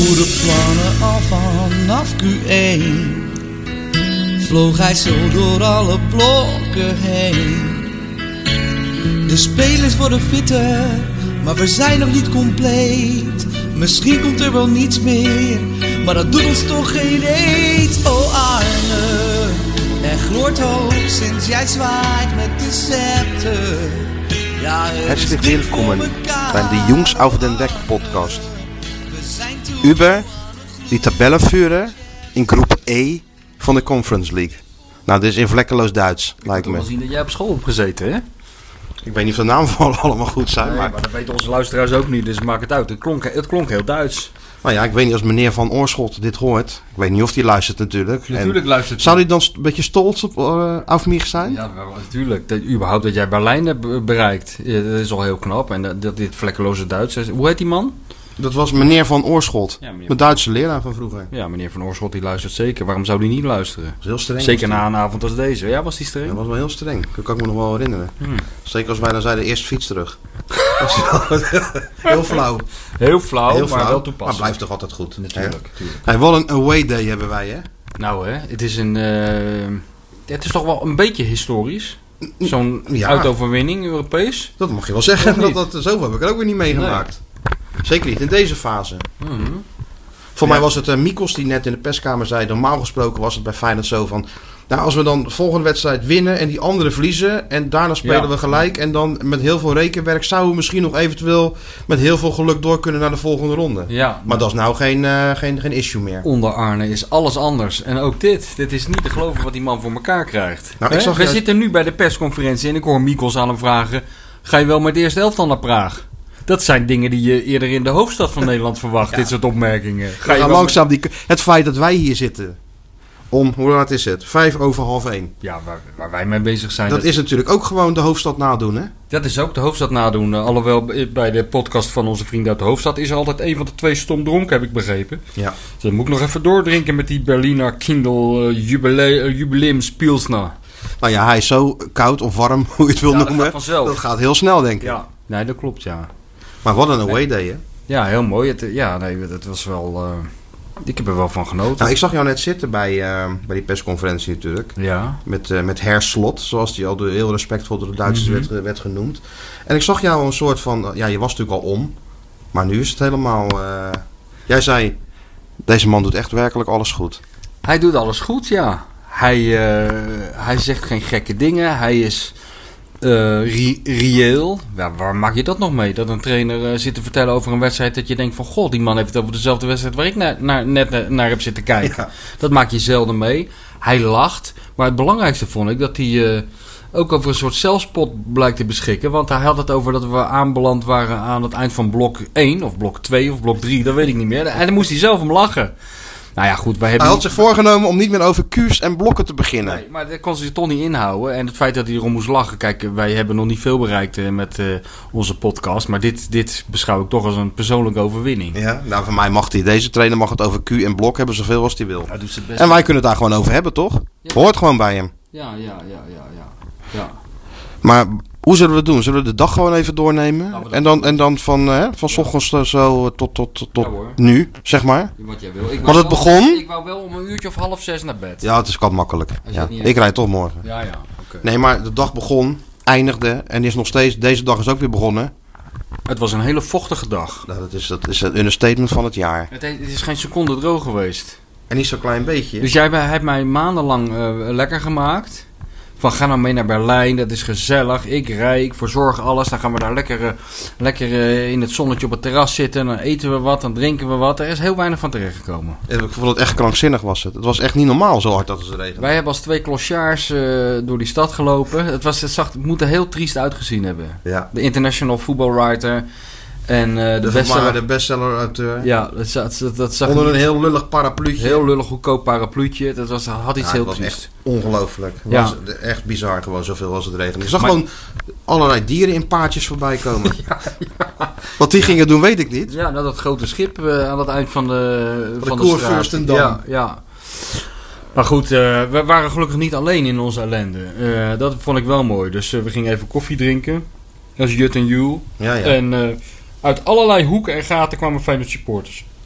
goede plannen al vanaf Q1. Vloog hij zo door alle blokken heen. De spelers worden fitter, maar we zijn nog niet compleet. Misschien komt er wel niets meer, maar dat doet ons toch geen eet. Oh Arne, er gloort hoop sinds jij zwaait met de scepter. Ja, Herzlich willkommen bij de Jungs auf den Weg podcast. Über die Tabellenführer in groep E van de Conference League. Nou, dit is in vlekkeloos Duits, lijkt me. Ik kan wel zien dat jij op school hebt gezeten, hè? Ik weet niet of de naamvallen allemaal goed zijn. Nee, maar dat weten onze luisteraars ook niet, dus maak het uit. Het klonk heel Duits. Nou ja, ik weet niet als meneer Van Oorschot dit hoort. Ik weet niet of hij luistert natuurlijk. Natuurlijk luistert hij. Zou hij dan een beetje stolz op auf mich zijn? Ja, natuurlijk. Überhaupt dat jij Berlijn hebt bereikt, dat is al heel knap. En dat dit vlekkeloze Duits is. Hoe heet die man? Dat was meneer Van Oorschot. Ja, mijn Duitse leraar van vroeger. Ja, meneer Van Oorschot die luistert zeker. Waarom zou die niet luisteren? Dat is heel streng. Zeker na een avond als deze. Ja, was die streng? Dat was wel heel streng. Dat kan ik me nog wel herinneren. Zeker als wij dan zeiden, eerst fiets terug. Heel flauw. Heel flauw, heel maar wel toepasselijk. Maar blijft toch altijd goed. Natuurlijk. Hey, wat een away day hebben wij, hè? Nou hè, het is toch wel een beetje historisch. Zo'n uitoverwinning, Europees. Dat mag je wel zeggen. Zoveel heb ik er ook weer niet meegemaakt. Nee. Zeker niet in deze fase. Mm-hmm. Voor mij was het Mikos die net in de perskamer zei, normaal gesproken was het bij Feyenoord zo van, nou als we dan de volgende wedstrijd winnen en die andere verliezen en daarna spelen we gelijk en dan met heel veel rekenwerk zouden we misschien nog eventueel met heel veel geluk door kunnen naar de volgende ronde. Ja, maar dat is nou geen issue meer. Onder Arne is alles anders. En ook dit is niet te geloven wat die man voor elkaar krijgt. Nou, we zitten nu bij de persconferentie en ik hoor Mikos aan hem vragen, ga je wel met de eerste elftal naar Praag? Dat zijn dingen die je eerder in de hoofdstad van Nederland verwacht, dit soort opmerkingen. Ga je langzaam het feit dat wij hier zitten om, hoe laat is het? 1:05. Ja, waar wij mee bezig zijn. Dat is natuurlijk ook gewoon de hoofdstad nadoen, hè? Dat is ook de hoofdstad nadoen. Alhoewel bij de podcast van onze vrienden uit de hoofdstad is er altijd een van de twee stom dronken, heb ik begrepen. Ja. Dus dan moet ik nog even doordrinken met die Berliner Kindle Jubileumspilsner. Nou ja, hij is zo koud of warm, hoe je het wil noemen. Dat gaat heel snel, denk ik. Ja, nee, dat klopt, ja. Maar wat een away day, hè? Ja, heel mooi. Het was wel... ik heb er wel van genoten. Nou, ik zag jou net zitten bij die persconferentie natuurlijk. Ja. Met Herr Slot, zoals die al heel respectvol door de Duitsers werd genoemd. En ik zag jou een soort van... Ja, je was natuurlijk al om. Maar nu is het helemaal... Jij zei, deze man doet echt werkelijk alles goed. Hij doet alles goed, ja. Hij zegt geen gekke dingen. Hij is... reëel. Ja, waar maak je dat nog mee? Dat een trainer zit te vertellen over een wedstrijd dat je denkt van, god, die man heeft het over dezelfde wedstrijd waar ik net naar heb zitten kijken. Ja. Dat maak je zelden mee. Hij lacht. Maar het belangrijkste vond ik dat hij ook over een soort zelfspot blijkt te beschikken. Want hij had het over dat we aanbeland waren aan het eind van blok 1 of blok 2 of blok 3. Dat weet ik niet meer. En dan moest hij zelf om lachen. Nou ja, goed, hij had zich voorgenomen om niet meer over Q's en blokken te beginnen. Nee, maar dat kon ze zich toch niet inhouden. En het feit dat hij erom moest lachen... Kijk, wij hebben nog niet veel bereikt met onze podcast. Maar dit beschouw ik toch als een persoonlijke overwinning. Ja, nou voor mij mag hij. Deze trainer mag het over Q en blok hebben zoveel als hij wil. Hij doet zijn best. En wij kunnen het daar gewoon over hebben, toch? Ja. Hoort gewoon bij hem. Ja. Maar... Hoe zullen we het doen? Zullen we de dag gewoon even doornemen? Nou, en dan van 's ochtends zo tot nu, zeg maar? Wat jij wil. Want het begon... Ik wou wel om 5:30 naar bed. Ja, het is kat makkelijk. Ja. Ik rijd toch morgen. Ja, oké. Nee, maar de dag begon, eindigde en is nog steeds... Deze dag is ook weer begonnen. Het was een hele vochtige dag. Nou, dat is het understatement van het jaar. Het is geen seconde droog geweest. En niet zo'n klein beetje. Dus jij hebt mij maandenlang lekker gemaakt... Van ga nou mee naar Berlijn, dat is gezellig. Ik rij, ik verzorg alles. Dan gaan we daar lekker in het zonnetje op het terras zitten. Dan eten we wat, dan drinken we wat. Er is heel weinig van terechtgekomen. Ik vond het echt krankzinnig was het. Het was echt niet normaal zo hard dat het regende. Wij hebben als 2 klosjaars door die stad gelopen. Het moet er heel triest uitgezien hebben. Ja. De international football writer... En de bestseller-auteur. Ja, dat zag onder een heel lullig parapluutje. Heel lullig goedkoop parapluutje. Had iets heel triest. Was echt ongelooflijk. Het was echt bizar gewoon, zoveel als het regende. Je zag gewoon allerlei dieren in paardjes voorbij komen. Ja. Wat die gingen doen, weet ik niet. Ja, dat grote schip aan het eind van de Koerfürstendam. Ja. Maar goed, we waren gelukkig niet alleen in onze ellende. Dat vond ik wel mooi. Dus we gingen even koffie drinken. Als Jut en Jules. Ja. En uit allerlei hoeken en gaten kwamen Feyenoord supporters.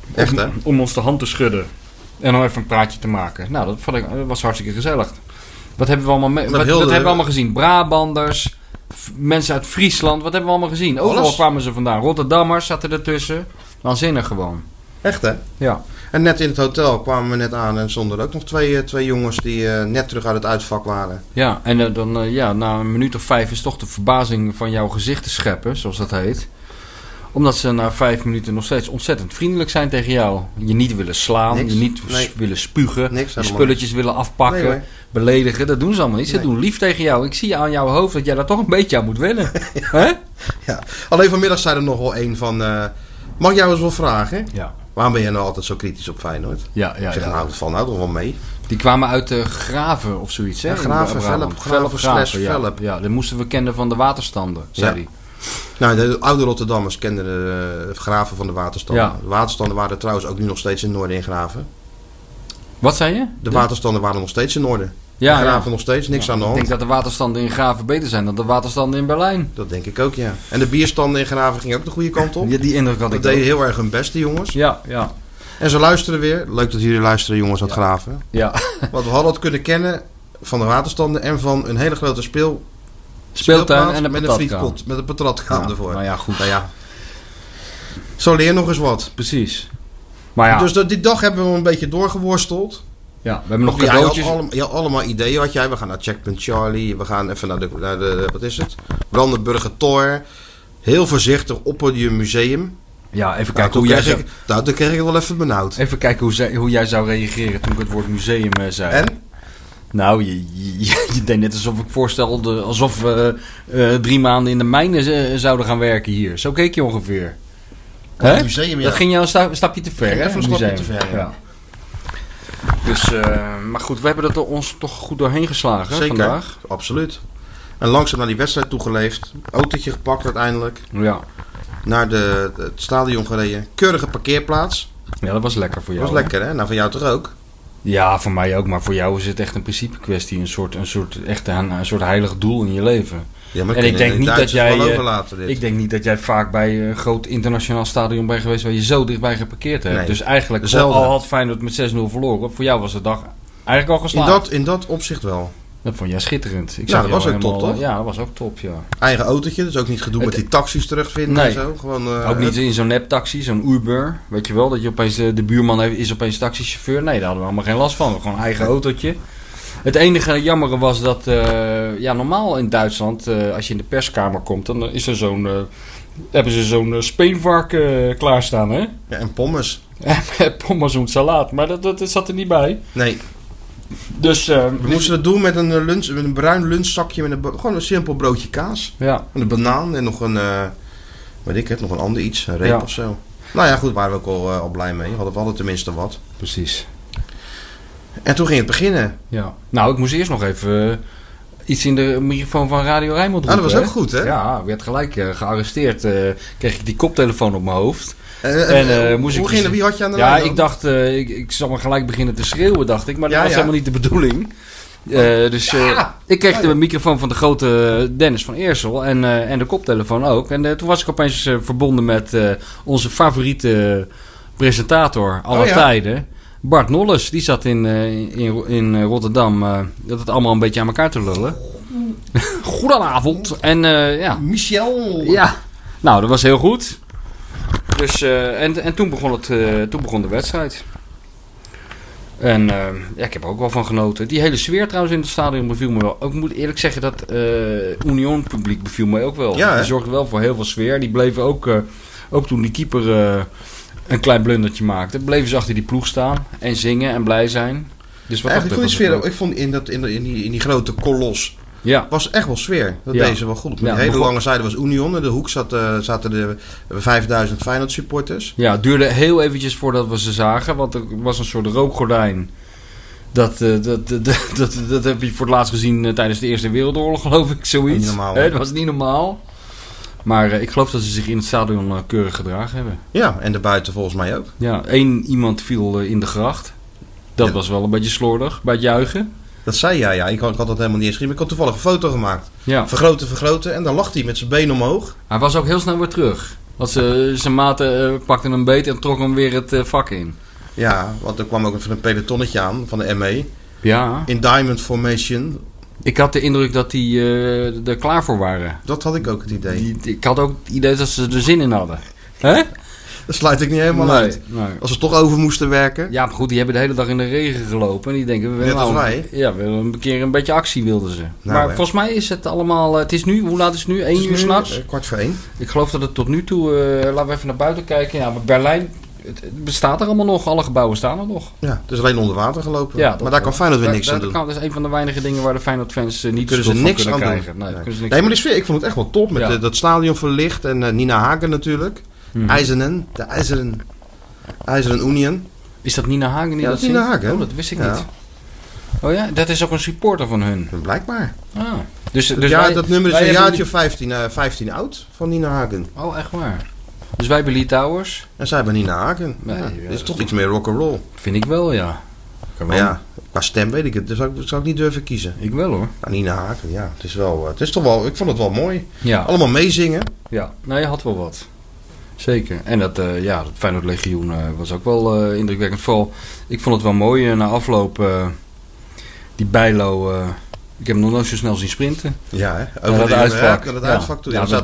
Echt, hè? Om ons de hand te schudden. En dan even een praatje te maken. Nou, dat was hartstikke gezellig. Wat hebben we allemaal, wat hebben we allemaal gezien? Brabanders, mensen uit Friesland. Wat hebben we allemaal gezien? Overal kwamen ze vandaan. Rotterdammers zaten ertussen. Waanzinnig gewoon. Echt, hè? Ja. En net in het hotel kwamen we net aan en stonden er ook nog twee jongens die net terug uit het uitvak waren. Ja, en dan na een minuut of 5 is toch de verbazing van jouw gezicht te scheppen, zoals dat heet. Omdat ze na 5 minuten nog steeds ontzettend vriendelijk zijn tegen jou. Je niet willen slaan, je niet willen spugen, je spulletjes willen afpakken, beledigen. Dat doen ze allemaal niet. Ze doen lief tegen jou. Ik zie aan jouw hoofd dat jij daar toch een beetje aan moet wennen. Ja. Alleen vanmiddag zei er nog wel een van... mag ik jou eens wel vragen? Ja. Waarom ben je nou altijd zo kritisch op Feyenoord? Ja. Ik zeg, nou, dat valt nou toch wel mee. Die kwamen uit de Graven of zoiets, hè? Ja, Graven, Velp. Ja, dat moesten we kennen van de waterstanden, zei hij. Nou, de oude Rotterdammers kenden de Graven van de waterstanden. Ja. De waterstanden waren trouwens ook nu nog steeds in Noorden in Graven. Wat zei je? De waterstanden waren nog steeds in Noorden. Ja, de Graven nog steeds, niks aan de hand. Ik denk dat de waterstanden in Graven beter zijn dan de waterstanden in Berlijn. Dat denk ik ook, ja. En de bierstanden in Graven gingen ook de goede kant op. Ja, die indruk had ik ook. Dat deden heel erg hun best, die jongens. Ja. En ze luisteren weer. Leuk dat jullie luisteren, jongens uit Graven. Ja. Want we hadden het kunnen kennen van de waterstanden en van een hele grote speeltuin en met een frietkot, met een patratkraam ervoor. Nou ja, goed. Nou ja. Zo leer nog eens wat. Precies. Maar ja. Dus die dag hebben we een beetje doorgeworsteld. Ja, we hebben nog cadeautjes. Je had allemaal ideeën, had jij. We gaan naar Checkpoint Charlie. We gaan even naar de wat is het? Brandenburger Tor. Heel voorzichtig op het museum. Ja, even kijken hoe jij zou... Toen kreeg ik wel even benauwd. Even kijken hoe jij zou reageren toen ik het woord museum zei. En? Nou, je deed net alsof ik voorstelde... alsof we 3 maanden in de mijnen zouden gaan werken hier. Zo keek je ongeveer. Het museum, ja. Dat ging jou een stapje te ver, hè? Even een stapje te ver, ja. Dus, maar goed, we hebben er ons toch goed doorheen geslagen. Zeker, vandaag. Absoluut. En langzaam naar die wedstrijd toegeleefd. Autootje gepakt uiteindelijk. Ja. Naar het stadion gereden. Keurige parkeerplaats. Ja, dat was lekker voor jou. Dat was lekker, hè? Nou, voor jou toch ook? Ja, voor mij ook. Maar voor jou is het echt een principe kwestie. Een soort heilig doel in je leven. Ja, maar en ik denk niet dat jij dit. vaak bij een groot internationaal stadion bent geweest waar je zo dichtbij geparkeerd hebt. Nee, dus eigenlijk, al had Feyenoord met 6-0 verloren, voor jou was de dag eigenlijk al geslaagd. In dat opzicht wel. Dat vond jij schitterend. Dat was ook top, toch? Ja, dat was ook top, ja. Eigen autootje, dus ook niet gedoe met die taxis terugvinden en zo. Gewoon, ook niet in zo'n nep-taxi, zo'n Uber. Weet je wel, dat je opeens de buurman is opeens taxichauffeur. Nee, daar hadden we allemaal geen last van. Gewoon eigen autootje. Het enige jammere was dat, normaal in Duitsland, als je in de perskamer komt, dan is er hebben ze zo'n speenvark klaarstaan, hè? Ja, en pommes. Pommes en salaat, maar dat zat er niet bij. Nee. Dus, we moesten het doen met een bruin lunchzakje, met gewoon een simpel broodje kaas. Ja. Een banaan en nog een ander iets, een reep of zo. Nou ja, goed, waren we ook al blij mee. We hadden tenminste wat. Precies. En toen ging het beginnen. Ja. Nou, ik moest eerst nog even iets in de microfoon van Radio Rijnmond roepen. Dat was ook goed, hè? Ja, ik werd gelijk gearresteerd. Kreeg ik die koptelefoon op mijn hoofd. Wie had je aan de lijn? Ja, ik dacht, ik zal maar gelijk beginnen te schreeuwen, dacht ik. Maar dat was helemaal niet de bedoeling. Ik kreeg de microfoon van de grote Dennis van Eersel en de koptelefoon ook. En toen was ik opeens verbonden met onze favoriete presentator aller tijden. Bart Nolles, die zat in Rotterdam dat het allemaal een beetje aan elkaar te lullen. Goedenavond. En Michel. Ja, nou, dat was heel goed. Dus, en toen begon de wedstrijd. En ik heb er ook wel van genoten. Die hele sfeer trouwens in het stadion beviel me wel. Ik moet eerlijk zeggen dat Union publiek beviel me ook wel. Ja, die zorgde wel voor heel veel sfeer. Die bleven ook toen die keeper een klein blundertje maakte, bleven ze achter die ploeg staan en zingen en blij zijn. Dus wat eigenlijk goede sfeer. Ik vond in die grote kolos was echt wel sfeer. Dat deed ze wel goed. Met die hele lange zijde was Union. In de hoek zaten de 5000 Feyenoord supporters. Ja, het duurde heel eventjes voordat we ze zagen, want er was een soort rookgordijn. Dat heb je voor het laatst gezien tijdens de Eerste Wereldoorlog, geloof ik, zoiets. Niet normaal. Dat was niet normaal. Maar ik geloof dat ze zich in het stadion keurig gedragen hebben. Ja, en daarbuiten volgens mij ook. Ja, iemand viel in de gracht. Dat was wel een beetje slordig bij het juichen. Dat zei jij, ja. Ik had dat helemaal niet geschreven. Ik had toevallig een foto gemaakt. Ja. Vergroten. En dan lag hij met zijn benen omhoog. Hij was ook heel snel weer terug. Want zijn maten pakten hem beet en trokken hem weer het vak in. Ja, want er kwam ook even een pelotonnetje aan van de ME. Ja. In Diamond Formation. Ik had de indruk dat die er klaar voor waren. Dat had ik ook het idee. Ik had ook het idee dat ze er zin in hadden. Hè? Dat sluit ik niet helemaal uit. Nee. Als ze toch over moesten werken. Ja, maar goed, die hebben de hele dag in de regen gelopen. En die denken, we willen we willen een keer een beetje actie, wilden ze. Maar volgens mij is het allemaal... Het is nu, hoe laat is het nu? 1 uur 's nachts? 1:15. Ik geloof dat het tot nu toe... laten we even naar buiten kijken. Ja, maar Berlijn... Het bestaat er allemaal nog. Alle gebouwen staan er nog. Ja, het is alleen onder water gelopen. Ja, maar daar kan Feyenoord weer niks aan doen. Dat is een van de weinige dingen waar de Feyenoord-fans niet kunnen ze niks aan krijgen. Nee, maar die sfeer, ik vond het echt wel top. Met dat stadion verlicht. En Nina Hagen natuurlijk. IJzeren. De IJzeren Union. Is dat Nina Hagen? Ja, dat is Nina Hagen. Oh, dat wist ik niet. Oh ja, dat is ook een supporter van hun. Blijkbaar. Ah. Dus dat nummer is een jaartje 15 oud van Nina Hagen. Oh, echt waar. Dus wij hebben Litouwers. En zij hebben Nina Hagen. Nee, dit is toch iets meer rock'n'roll. Vind ik wel, ja. Maar ja, qua stem weet ik het. Dat zou ik niet durven kiezen. Ik wel hoor. Nou, Nina Hagen, ja. Het is toch wel, ik vond het wel mooi. Ja. Allemaal meezingen. Ja, nou je had wel wat. Zeker. En dat Feyenoord Legioen was ook wel indrukwekkend. Vooral, ik vond het wel mooi na afloop. Die Bijlo... ik heb hem nog nooit zo snel zien sprinten. Ja, hè? Over het uitvak. Het uitvak toe. Ja,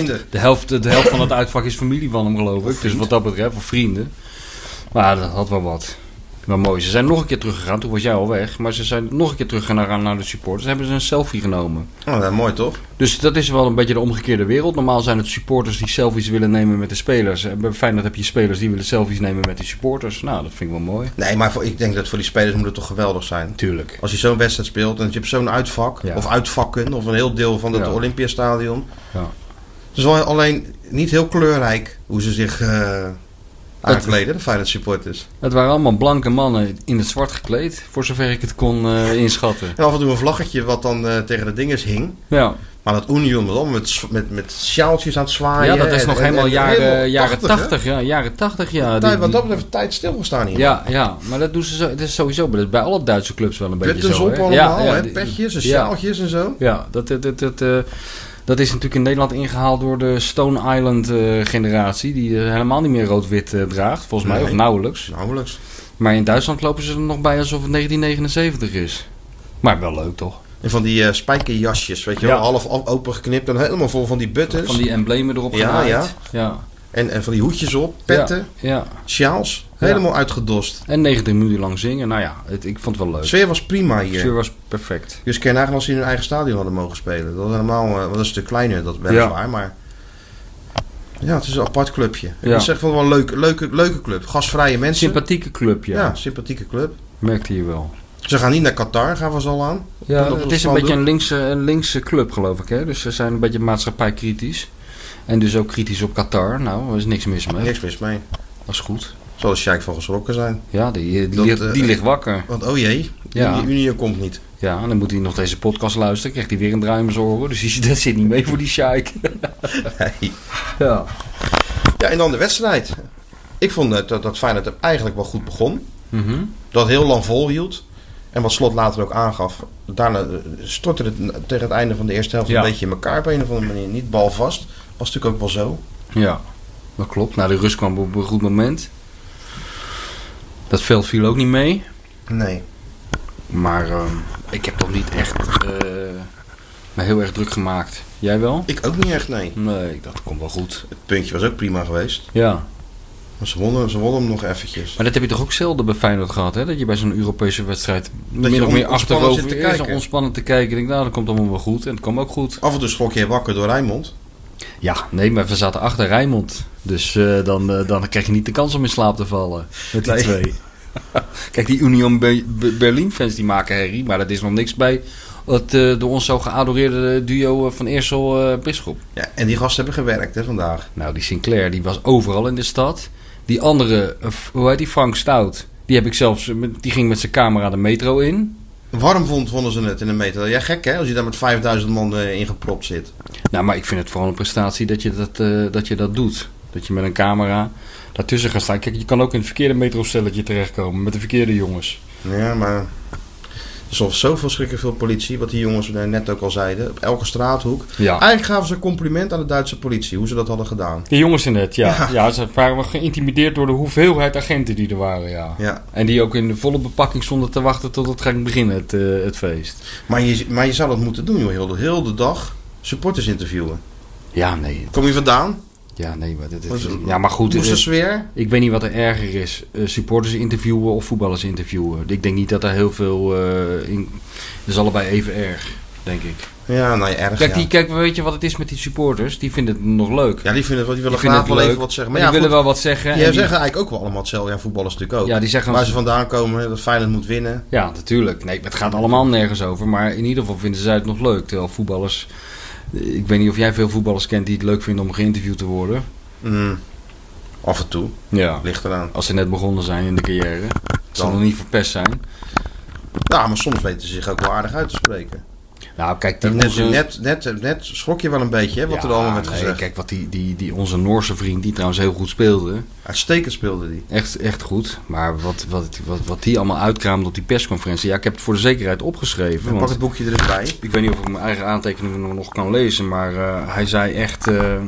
de helft van het uitvak is familie van hem, geloof ik. Dus wat dat betreft, of vrienden. Maar dat had wel wat. Wel mooi. Ze zijn nog een keer teruggegaan. Toen was jij al weg. Maar ze zijn nog een keer teruggegaan naar de supporters. Hebben ze een selfie genomen. Oh, dat is mooi toch? Dus dat is wel een beetje de omgekeerde wereld. Normaal zijn het supporters die selfies willen nemen met de spelers. Bij Feyenoord heb je spelers die willen selfies nemen met de supporters. Nou, dat vind ik wel mooi. Nee, maar ik denk dat voor die spelers moet het toch geweldig zijn. Tuurlijk. Als je zo'n wedstrijd speelt en je hebt zo'n uitvak. Ja. Of uitvakken. Of een heel deel van het Olympiastadion. Ja. Het is wel alleen niet heel kleurrijk hoe ze zich... aankleden, de Feyenoord supporters. Het waren allemaal blanke mannen in het zwart gekleed, voor zover ik het kon inschatten. En af en toe een vlaggetje wat dan tegen de dinges hing. Ja. Maar dat Union was allemaal met sjaaltjes aan het zwaaien. Ja, dat is nog helemaal jaren 80. Ja, jaren 80, ja. Wat dat betreft tijd stilgestaan hier. Ja, maar dat doen ze zo. Het is sowieso bij alle Duitse clubs wel een beetje zo. Puttens op allemaal, petjes en sjaaltjes en zo. Ja, dat is natuurlijk in Nederland ingehaald door de Stone Island generatie. Die helemaal niet meer rood-wit draagt, volgens mij. Of nauwelijks. Maar in Duitsland lopen ze er nog bij alsof het 1979 is. Maar wel leuk, toch? En van die spijkerjasjes, weet je wel. Half open geknipt en helemaal vol van die buttons. Van die emblemen erop genaaid. Ja. En van die hoedjes op, petten, sjaals. Helemaal uitgedost. En 90 minuten lang zingen. Nou ja, ik vond het wel leuk. De sfeer was prima hier. De sfeer was perfect. Dus kun je nagaan als ze in hun eigen stadion hadden mogen spelen. Dat was helemaal, dat is een stuk kleiner, dat weliswaar. Maar ja, het is een apart clubje. Ja. Ik zeg wel een leuke club. Gastvrije mensen. Sympathieke club, ja. Ja, sympathieke club. Merkte je wel. Ze gaan niet naar Qatar, gaan we ze al aan. Ja, het is een beetje een linkse club, geloof ik. Hè? Dus ze zijn een beetje maatschappijkritisch. En dus ook kritisch op Qatar. Nou, er is niks mis mee. Niks mis mee. Dat is goed. Zal de Sjeik van geschrokken zijn. Ja, die ligt wakker. Want oh jee, die Unie komt niet. Ja, en dan moet hij nog deze podcast luisteren. Krijgt hij weer een draai in zijn oren. Dus dat zit niet mee voor die Sjeik. Nee. Ja. Ja, en dan de wedstrijd. Ik vond dat Feyenoord eigenlijk wel goed begon. Mm-hmm. Dat heel lang volhield. En wat Slot later ook aangaf. Daarna stortte het tegen het einde van de eerste helft een beetje in elkaar op een of andere manier. Niet balvast. Was natuurlijk ook wel zo. Ja, dat klopt. Nou, de rust kwam op een goed moment. Dat veld viel ook niet mee. Nee. Maar ik heb toch niet echt me heel erg druk gemaakt. Jij wel? Ik ook niet echt, nee. Nee, ik dacht, dat komt wel goed. Het puntje was ook prima geweest. Ja. Maar ze wonnen hem nog eventjes. Maar dat heb je toch ook zelden bij Feyenoord gehad, hè? Dat je bij zo'n Europese wedstrijd min of meer achterover is en ontspannen te kijken. Ik denk, nou, dat komt allemaal wel goed. En het kwam ook goed. Af en toe schrok je wakker door Rijnmond. Ja, nee, maar we zaten achter Rijnmond. Dus dan krijg je niet de kans om in slaap te vallen met die twee. Kijk, die Union Berlin fans die maken herrie. Maar dat is nog niks bij de ons zo geadoreerde duo van Eersel-Bisschop. Ja, en die gasten hebben gewerkt, hè, vandaag. Nou, die Sinclair, die was overal in de stad. Die andere, hoe heet die, Frank Stout, die ging met zijn camera de metro in. Warm vonden ze het in de metro. Ja, gek hè, als je daar met 5000 man ingepropt zit. Nou, maar ik vind het vooral een prestatie dat je dat doet. Dat je met een camera daartussen gaat staan. Kijk, je kan ook in het verkeerde metrostelletje terechtkomen met de verkeerde jongens. Ja, maar Er is zo verschrikkelijk veel politie, wat die jongens net ook al zeiden. Op elke straathoek. Ja. Eigenlijk gaven ze een compliment aan de Duitse politie, hoe ze dat hadden gedaan. De jongens in het, ja. Ze waren geïntimideerd door de hoeveelheid agenten die er waren, ja. En die ook in de volle bepakking stonden te wachten tot het ging beginnen, het feest. Maar je zou dat moeten doen, joh. Heel de dag supporters interviewen. Ja, nee. Kom je vandaan? Ja, nee, maar maar goed. Moest de sfeer? Ik weet niet wat er erger is. Supporters interviewen of voetballers interviewen. Ik denk niet dat er heel veel in... Dat is allebei even erg, denk ik. Ja, nou erg. Kijk, weet je wat het is met die supporters? Die vinden het nog leuk. Ja, die willen graag wel even wat zeggen. Maar die willen wel wat zeggen. Die zeggen eigenlijk ook wel allemaal hetzelfde. Ja, voetballers natuurlijk ook. Ja, die zeggen waar ze vandaan komen, dat Feyenoord moet winnen. Ja, natuurlijk. Nee, het gaat allemaal nergens over. Maar in ieder geval vinden ze het nog leuk. Terwijl voetballers... Ik weet niet of jij veel voetballers kent die het leuk vinden om geïnterviewd te worden. Af en toe. Ja. Ligt eraan. Als ze net begonnen zijn in de carrière. Het zal nog niet verpest zijn. Ja, maar soms weten ze zich ook wel aardig uit te spreken. Nou, kijk, net schrok je wel een beetje, hè, wat er allemaal werd gezegd. Kijk, wat die onze Noorse vriend, die trouwens heel goed speelde. Uitstekend speelde die. Echt goed. Maar wat die allemaal uitkraamde op die persconferentie. Ja, ik heb het voor de zekerheid opgeschreven. Pak het boekje er eens bij. Ik weet niet of ik mijn eigen aantekeningen nog kan lezen. Maar hij zei echt...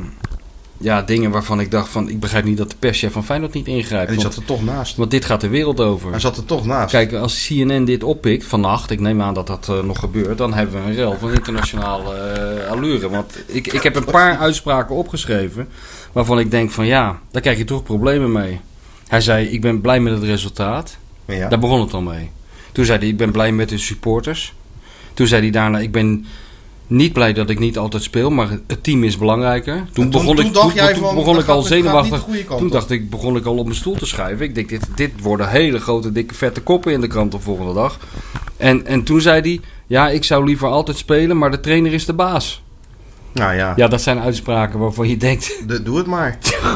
dingen waarvan ik dacht van... Ik begrijp niet dat de perschef van Feyenoord niet ingrijpt. En die zat er toch naast. Want dit gaat de wereld over. Hij zat er toch naast. Kijk, als CNN dit oppikt vannacht... Ik neem aan dat dat nog gebeurt... Dan hebben we een rel van internationale allure. Want ik heb een paar uitspraken opgeschreven... Waarvan ik denk van ja... Daar krijg je toch problemen mee. Hij zei, ik ben blij met het resultaat. Ja. Daar begon het al mee. Toen zei hij, ik ben blij met de supporters. Toen zei hij daarna, ik ben... Niet blij dat ik niet altijd speel, maar het team is belangrijker. Toen begon ik al zenuwachtig. Begon ik al op mijn stoel te schuiven. Ik denk, dit worden hele grote, dikke, vette koppen in de krant de volgende dag. En toen zei hij, ja, ik zou liever altijd spelen, maar de trainer is de baas. Nou ja. Ja, dat zijn uitspraken waarvan je denkt... Doe het maar.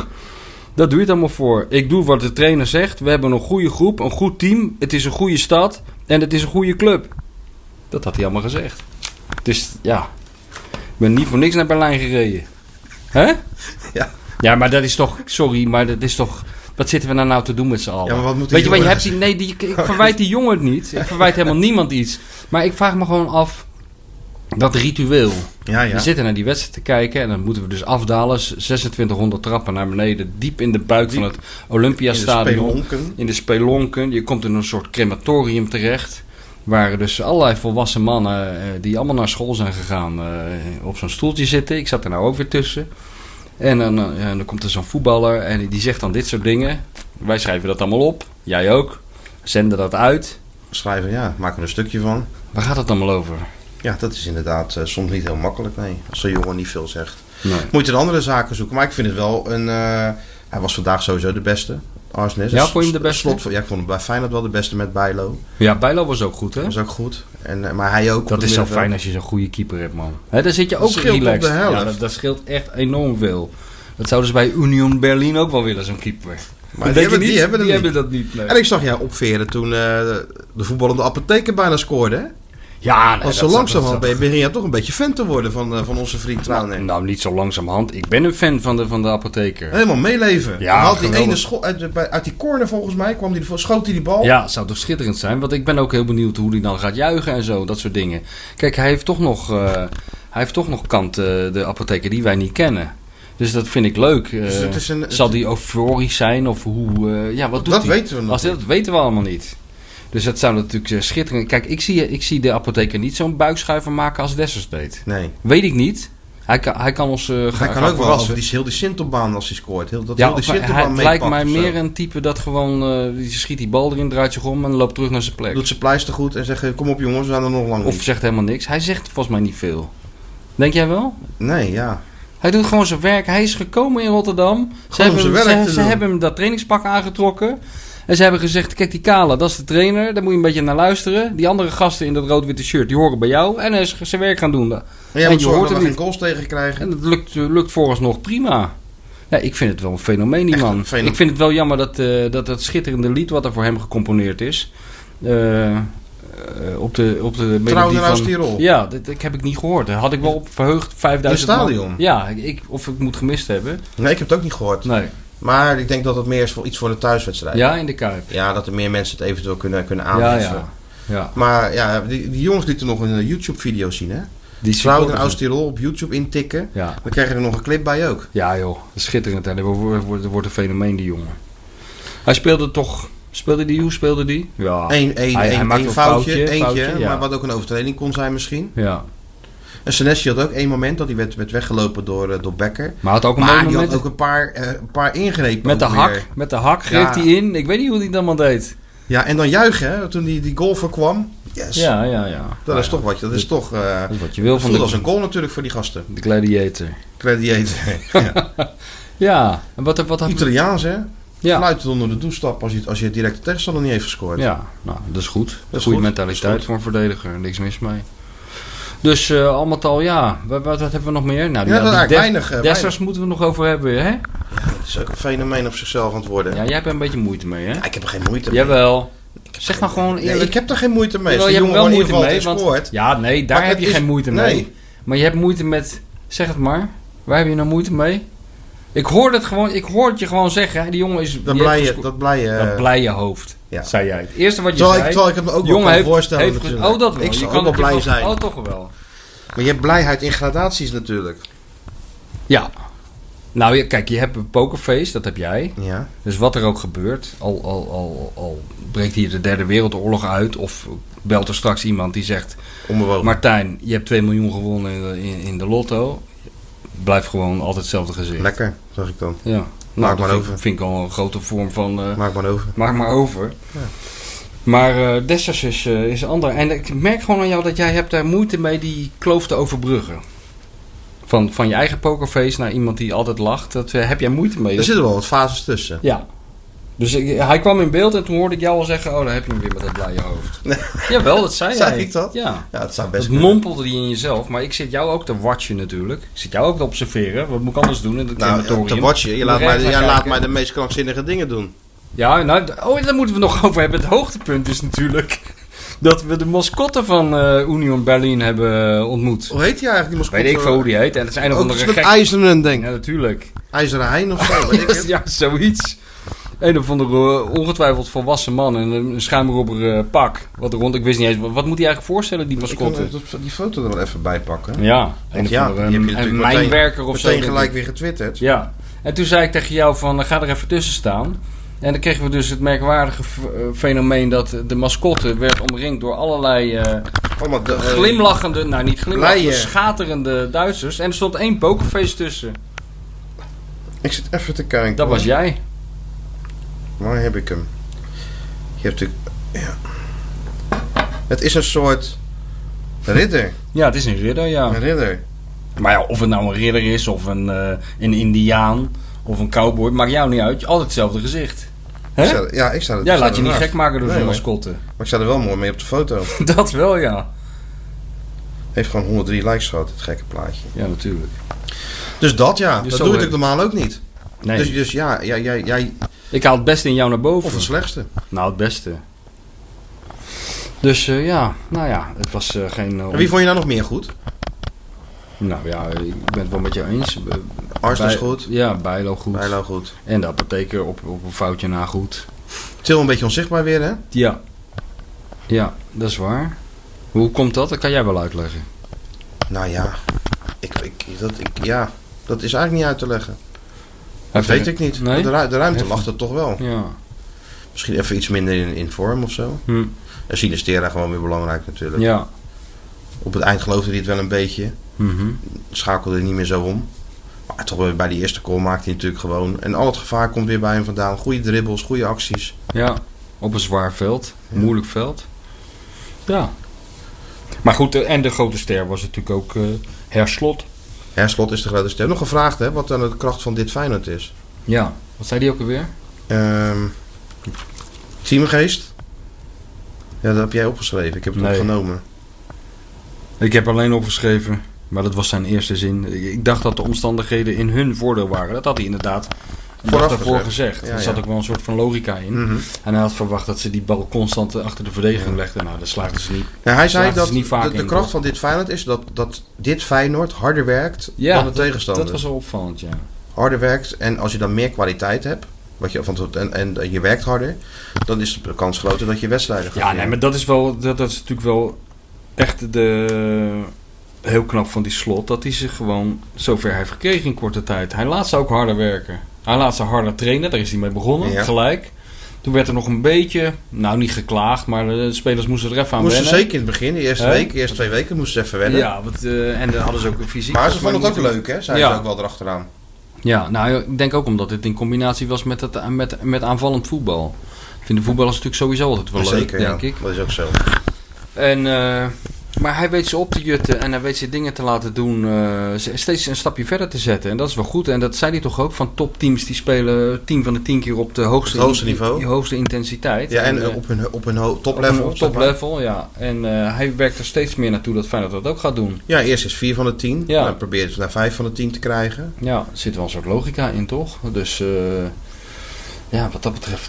Dat doe je het allemaal voor. Ik doe wat de trainer zegt. We hebben een goede groep, een goed team. Het is een goede stad en het is een goede club. Dat had hij allemaal gezegd. Dus ja, ik ben niet voor niks naar Berlijn gereden. Hè? Ja. Ja, maar dat is toch... Sorry, maar dat is toch... Wat zitten we nou te doen met z'n allen? Ja, maar wat moet weet je wat je hebt? Ik verwijt die jongen het niet. Ik verwijt helemaal niemand iets. Maar ik vraag me gewoon af... Dat ritueel. Ja. We zitten naar die wedstrijd te kijken... En dan moeten we dus afdalen. 2600 trappen naar beneden. Diep in de buik van het Olympiastadion. In de spelonken. Je komt in een soort crematorium terecht... Waren dus allerlei volwassen mannen die allemaal naar school zijn gegaan op zo'n stoeltje zitten. Ik zat er nou ook weer tussen. En dan komt er zo'n voetballer en die zegt dan dit soort dingen. Wij schrijven dat allemaal op. Jij ook. Zenden dat uit. Schrijven, ja. Maken er een stukje van. Waar gaat het allemaal over? Ja, dat is inderdaad soms niet heel makkelijk, nee. Als zo'n jongen niet veel zegt. Nee. Moet je er andere zaken zoeken. Maar ik vind het wel een... hij was vandaag sowieso de beste. Arsnes. Ja, vond je hem de beste? Ik vond hem bij Feyenoord wel de beste met Bijlo. Ja, Bijlo was ook goed, hè? Was ook goed. Maar hij ook. Dat is zo fijn als je zo'n goede keeper hebt, man. Hè, daar zit je ook relaxed. Op de helft. Ja, dat scheelt echt enorm veel. Dat zouden ze bij Union Berlin ook wel willen, zo'n keeper. Maar die hebben dat niet. Nee. En ik zag jou opveren toen de voetballende apotheker bijna scoorde, hè? Ja, nee, zo langzamerhand begin je toch een beetje fan te worden van onze vriend Trauner. Nou, niet zo langzamerhand. Ik ben een fan van de apotheker. Helemaal meeleven. Ja, had die ene uit die corner volgens mij, schoot hij die bal. Ja, het zou toch schitterend zijn. Want ik ben ook heel benieuwd hoe hij dan gaat juichen en zo. Dat soort dingen. Kijk, hij heeft toch nog kanten, de apotheker, die wij niet kennen. Dus dat vind ik leuk. Dus zal die euforisch zijn of hoe... wat doet dat hij? Weten we nog Dat weten we allemaal niet. Dus dat zou natuurlijk schitterend... Kijk, ik zie de apotheker niet zo'n buikschuiver maken als Dessers deed. Nee. Weet ik niet. Hij kan ons hij kan ook wel over heel die Sintelbaan als hij scoort. Hij lijkt mij meer een type dat gewoon... die schiet die bal erin, draait zich om en loopt terug naar zijn plek. Doet zijn pleister goed en zegt... Kom op jongens, we zijn er nog lang Of niet. zegt helemaal niks. Hij zegt volgens mij niet veel. Denk jij wel? Nee, ja. Hij doet gewoon zijn werk. Hij is gekomen in Rotterdam. Ze hebben hem dat trainingspak aangetrokken. En ze hebben gezegd, kijk die Kale, dat is de trainer. Daar moet je een beetje naar luisteren. Die andere gasten in dat rood-witte shirt, die horen bij jou. En hij is zijn werk gaan doen. En jij moet zorgen dat we geen goals tegen krijgen. En dat lukt vooralsnog prima. Ja, ik vind het wel een fenomeen, die man. Ik vind het wel jammer dat het schitterende lied wat er voor hem gecomponeerd is... op de melodie van... Tirol. Ja, dat heb ik niet gehoord. Daar had ik wel op verheugd 5000 in het stadion? Ja, of ik moet gemist hebben. Nee, ik heb het ook niet gehoord. Nee. Maar ik denk dat het meer is voor iets voor de thuiswedstrijd. Ja, in de Kuip. Ja, dat er meer mensen het eventueel kunnen aanheffen. Ja. Maar ja, die jongens lieten nog een YouTube-video zien, hè? Die Vrouwen in Oost-Tirol op YouTube intikken. Ja. Dan krijg je er nog een clip bij ook. Ja joh, schitterend. Hè. Dat wordt een fenomeen, die jongen. Hij speelde toch... Hoe speelde die? Ja. Hij maakte Eén een foutje, ja. maar wat ook een overtreding kon zijn misschien. Ja. En Senesi had ook één moment dat hij werd weggelopen door Becker. Maar had ook een maar moment... die had ook een paar ingrepen. Met de hak greep hij in. Ik weet niet hoe hij dat allemaal deed. Ja, en dan juichen, hè, toen die golfer kwam. Yes. Ja. Dat is toch wat je... Dat is toch... dat is wat je wil van de... als een goal natuurlijk voor die gasten. De gladiator. Ja. Ja. En wat Italiaans, hè? Ja. Fluiten onder de doelstap als je direct de tegenstander niet heeft gescoord. Ja, nou, dat is goed. Dat is Goede goed. mentaliteit voor een verdediger. Niks mis mee. Dus al met al, ja. Wat hebben we nog meer? Nou, dat is eigenlijk weinig. Dessers moeten we nog over hebben, hè? Ja, dat is ook een fenomeen op zichzelf aan het worden. Ja, jij hebt er een beetje moeite mee, hè? Ja, ik heb er geen moeite mee. Jawel. Zeg maar gewoon eerlijk. Nee, ik heb er geen moeite mee. Jawel, je hebt er wel moeite mee. Want... Ja, nee, daar heb je geen moeite mee. Maar je hebt moeite met... Zeg het maar. Waar heb je nou moeite mee? Ik hoor het je gewoon zeggen. Hè? Die jongen is... Dat blije hoofd, ja. Zei jij. Het eerste wat je terwijl zei... Terwijl ik het me ook wel kan voorstellen natuurlijk. Oh, dat wel. Ik zou kan ook wel blij zijn. Oh, toch wel. Maar je hebt blijheid in gradaties natuurlijk. Ja. Nou, kijk, je hebt een pokerface, dat heb jij. Ja. Dus wat er ook gebeurt, al breekt hier de Derde Wereldoorlog uit... of belt er straks iemand die zegt... Onbewogen. Martijn, je hebt 2 miljoen gewonnen in de lotto... Blijf gewoon altijd hetzelfde gezicht. Lekker, zeg ik dan. Ja. Maak maar over. Vind ik al een grote vorm van... Maak maar over. Maak maar over. Ja. Maar Dessers is ander. En ik merk gewoon aan jou dat jij hebt daar moeite mee die kloof te overbruggen. Van je eigen pokerface naar iemand die altijd lacht. Dat heb jij moeite mee. Er zitten wel wat fases tussen. Ja. Dus hij kwam in beeld en toen hoorde ik jou al zeggen... Oh, daar heb je hem weer met dat blije hoofd. Nee. Jawel, dat zei jij. Zei ik dat? Ja. Ja, dat zou best dat mompelde die in jezelf. Maar ik zit jou ook te watchen natuurlijk. Ik zit jou ook te observeren. Wat moet ik anders doen in het crematorium? Te watchen. Je laat mij de meest krankzinnige dingen doen. Ja, nou, daar moeten we nog over hebben. Het hoogtepunt is natuurlijk... dat we de mascotte van Union Berlin hebben ontmoet. Hoe heet die eigenlijk, die mascotte? Weet ik veel hoe die heet. En het is een of andere met IJzeren, denk ik. Ja, natuurlijk. IJzeren Hein of zo, weet ik het. Ja, zoiets. Een of andere ongetwijfeld volwassen man in een schuimrobber pak. Wat er rond, ik wist niet eens, wat moet hij eigenlijk voorstellen, die mascotte? Ik kan die foto er wel even bij pakken. Ja. Een mijnwerker of zo. Meteen gelijk weer getwitterd. Ja. En toen zei ik tegen jou van, ga er even tussen staan. En dan kregen we dus het merkwaardige fenomeen dat de mascotte werd omringd door allerlei glimlachende, nou niet glimlachende, schaterende Duitsers. En er stond 1 pokerface tussen. Ik zit even te kijken. Dat was jij. Waar heb ik hem? Je hebt ja. Het is een soort ridder. Ja, het is een ridder, ja. Een ridder. Maar ja, of het nou een ridder is of een indiaan of een cowboy, maakt jou niet uit. Altijd hetzelfde gezicht. Hè? Ik sta Jij laat je niet gek maken door zo'n mascotte. Maar ik sta er wel mooi mee op de foto. Dat wel, ja. Heeft gewoon 103 likes gehad, het gekke plaatje. Ja, natuurlijk. Dus dat ja, dus dat doe ik normaal ook niet. Nee. Dus ja, jij... Ik haal het beste in jou naar boven. Of het slechtste. Nou, het beste. Dus ja, nou ja, het was geen... En wie vond je nou nog meer goed? Nou ja, ik ben het wel met je eens. Arst is goed. Ja, Bijlo goed. Bijlo goed. En de apotheker op een foutje na goed. Til een beetje onzichtbaar weer, hè? Ja. Ja, dat is waar. Hoe komt dat? Dat kan jij wel uitleggen. Nou ja, dat is eigenlijk niet uit te leggen. Dat weet ik niet. Nee? De ruimte lag er toch wel. Ja. Misschien even iets minder in vorm of zo. En Sinistera gewoon weer belangrijk natuurlijk. Ja. Op het eind geloofde hij het wel een beetje. Mm-hmm. Schakelde hij niet meer zo om. Maar toch bij die eerste goal maakte hij natuurlijk gewoon. En al het gevaar komt weer bij hem vandaan. Goede dribbles, goede acties. Ja, op een zwaar veld. Ja. Moeilijk veld. Ja. Maar goed, en de grote ster was natuurlijk ook Herslot. Herslot is de grote ster. Nog gevraagd, hè, wat dan de kracht van dit Feyenoord is. Ja, wat zei die ook alweer? Teamgeest. Ja, dat heb jij opgeschreven. Ik heb het opgenomen. Ik heb alleen opgeschreven, maar dat was zijn eerste zin. Ik dacht dat de omstandigheden in hun voordeel waren. Dat had hij inderdaad daarvoor gezegd. Ja, er zat ook wel een soort van logica in. Mm-hmm. En hij had verwacht dat ze die bal constant achter de verdediging legden. Nou, dat slaagden ze niet. Ja, hij zei dat de kracht van dit Feyenoord is dat dit Feyenoord harder werkt dan de tegenstander. Dat was wel opvallend, ja. Harder werkt en als je dan meer kwaliteit hebt, En je werkt harder, dan is de kans groter dat je wedstrijden gaat winnen. Maar dat is natuurlijk wel echt heel knap van die Slot, dat hij zich gewoon zover heeft gekregen in korte tijd. Hij laat ze ook harder werken. Hij laat ze harder trainen, daar is hij mee begonnen, gelijk. Toen werd er nog een beetje, niet geklaagd, maar de spelers moesten er even aan wennen. Zeker in het begin, de eerste 2 weken moesten ze even wennen. Ja, en dan hadden ze ook een fysiek. Maar ze vonden het ook leuk, hè? Zij ook wel erachteraan. Ja, ik denk ook omdat het in combinatie was met aanvallend voetbal. Ik vind de voetballers natuurlijk sowieso altijd wel leuk, denk ik. Dat is ook zo. Maar hij weet ze op te jutten en hij weet ze dingen te laten doen. Steeds een stapje verder te zetten. En dat is wel goed. En dat zei hij toch ook van topteams die spelen 10 van de 10 keer op de hoogste niveau. Hoogste intensiteit. Ja, en op hun toplevel. Toplevel, ja. En hij werkt er steeds meer naartoe dat Feyenoord dat ook gaat doen. Ja, eerst is 4 van de 10. Ja. Dan probeert het naar 5 van de 10 te krijgen. Ja, er zit wel een soort logica in, toch? Dus wat dat betreft...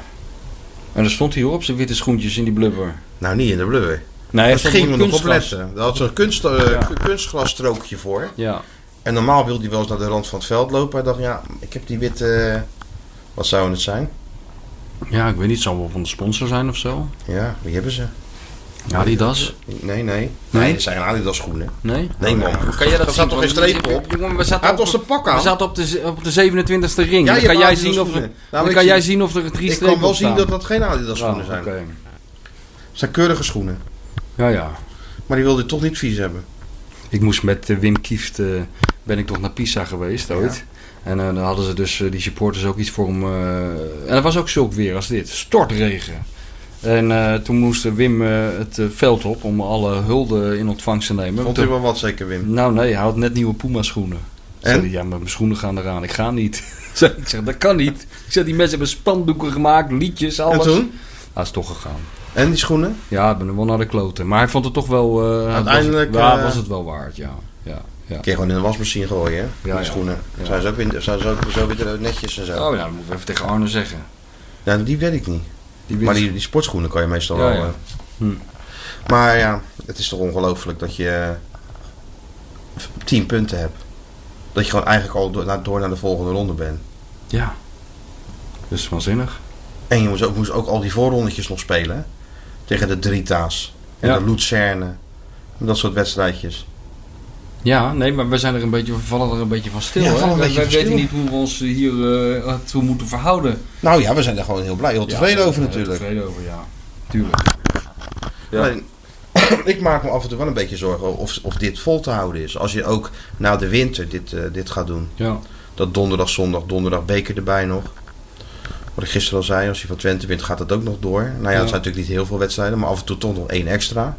En dan stond hij op zijn witte schoentjes in die blubber. Nou, niet in de blubber. Nee, dat ging we nog op letten. Daar had ze een kunstglasstrookje voor. Ja. En normaal wilde hij wel eens naar de rand van het veld lopen. Hij dacht, ik heb die witte... Wat zou het zijn? Ja, ik weet niet. Het zal wel van de sponsor zijn of zo. Ja, wie hebben ze? Adidas? Nee, het zijn Adidas schoenen. Nee, man. Kan jij dat zat toch geen streep op? Hij had toch zijn pak aan? We zaten op de 27e ring. Ja, kan jij zien of er 3 strepen op staan? Ik kan wel zien dat geen Adidas schoenen zijn. Okay. Het zijn keurige schoenen. Ja. Maar die wilde je toch niet vies hebben. Ik moest met Wim Kieft, ben ik toch naar Pisa geweest ooit. Ja. En dan hadden ze dus, die supporters ook iets voor hem. En het was ook zulk weer als dit. Stortregen. En toen moest Wim het veld op om alle hulde in ontvangst te nemen. Vond hij wel wat zeker, Wim? Nou nee, hij had net nieuwe Puma schoenen. En? Zei hij, maar mijn schoenen gaan eraan. Ik ga niet. Ik zeg, dat kan niet. Ik zeg, die mensen hebben spandoeken gemaakt, liedjes, alles. En toen? Hij is toch gegaan. En die schoenen? Ja, ik ben er wel naar de kloten. Maar hij vond het toch wel... Uiteindelijk... was het wel waard, ja. Kun je gewoon in de wasmachine gooien, hè? Die schoenen. Ja. Zijn ze ook zo weer netjes en zo. Oh ja, dat moet ik even tegen Arne zeggen. Ja, die weet ik niet. Maar die sportschoenen kan je meestal wel... Ja. Maar ja, het is toch ongelooflijk dat je 10 punten hebt. Dat je gewoon eigenlijk al door naar de volgende ronde bent. Ja. Dat is waanzinnig. En je moest ook al die voorrondetjes nog spelen. Hè? Tegen de Drita's. En de Luzerne. Dat soort wedstrijdjes. Ja, nee, maar we vallen er een beetje van stil. Ja, wij weten niet hoe we ons hier toe moeten verhouden. Nou ja, we zijn er gewoon heel tevreden over natuurlijk. Tevreden over, ja. Tuurlijk. Ja. Nee, ik maak me af en toe wel een beetje zorgen of dit vol te houden is. Als je ook na de winter dit gaat doen. Ja. Dat donderdag beker erbij nog. Wat ik gisteren al zei, als je van Twente wint gaat dat ook nog door. Nou ja, dat zijn natuurlijk niet heel veel wedstrijden, maar af en toe toch nog 1 extra.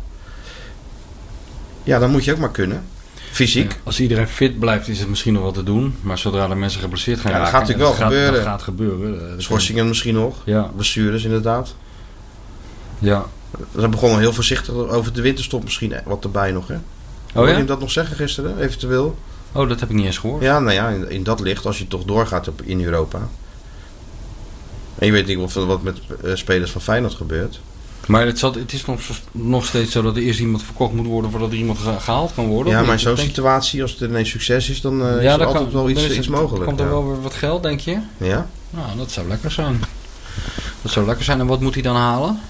Ja, dan moet je ook maar kunnen. Fysiek. Ja, als iedereen fit blijft is het misschien nog wat te doen. Maar zodra de mensen geblesseerd gaan raken... dat gaat natuurlijk wel gebeuren. Dat gaat gebeuren. Schorsingen misschien nog. Ja. Blessures inderdaad. Ja. We begonnen heel voorzichtig over de winterstop misschien wat erbij nog. Hè? Wil je dat nog zeggen gisteren, eventueel? Oh, dat heb ik niet eens gehoord. Ja, nou ja, in dat licht, als je toch doorgaat in Europa. En je weet niet wat met spelers van Feyenoord gebeurt. Maar het is nog steeds zo dat er eerst iemand verkocht moet worden voordat er iemand gehaald kan worden. Ja, maar in zo'n situatie, als het ineens succes is, dan is er altijd wel iets mogelijk. Komt er wel weer wat geld, denk je? Ja. Nou, dat zou lekker zijn. En wat moet hij dan halen?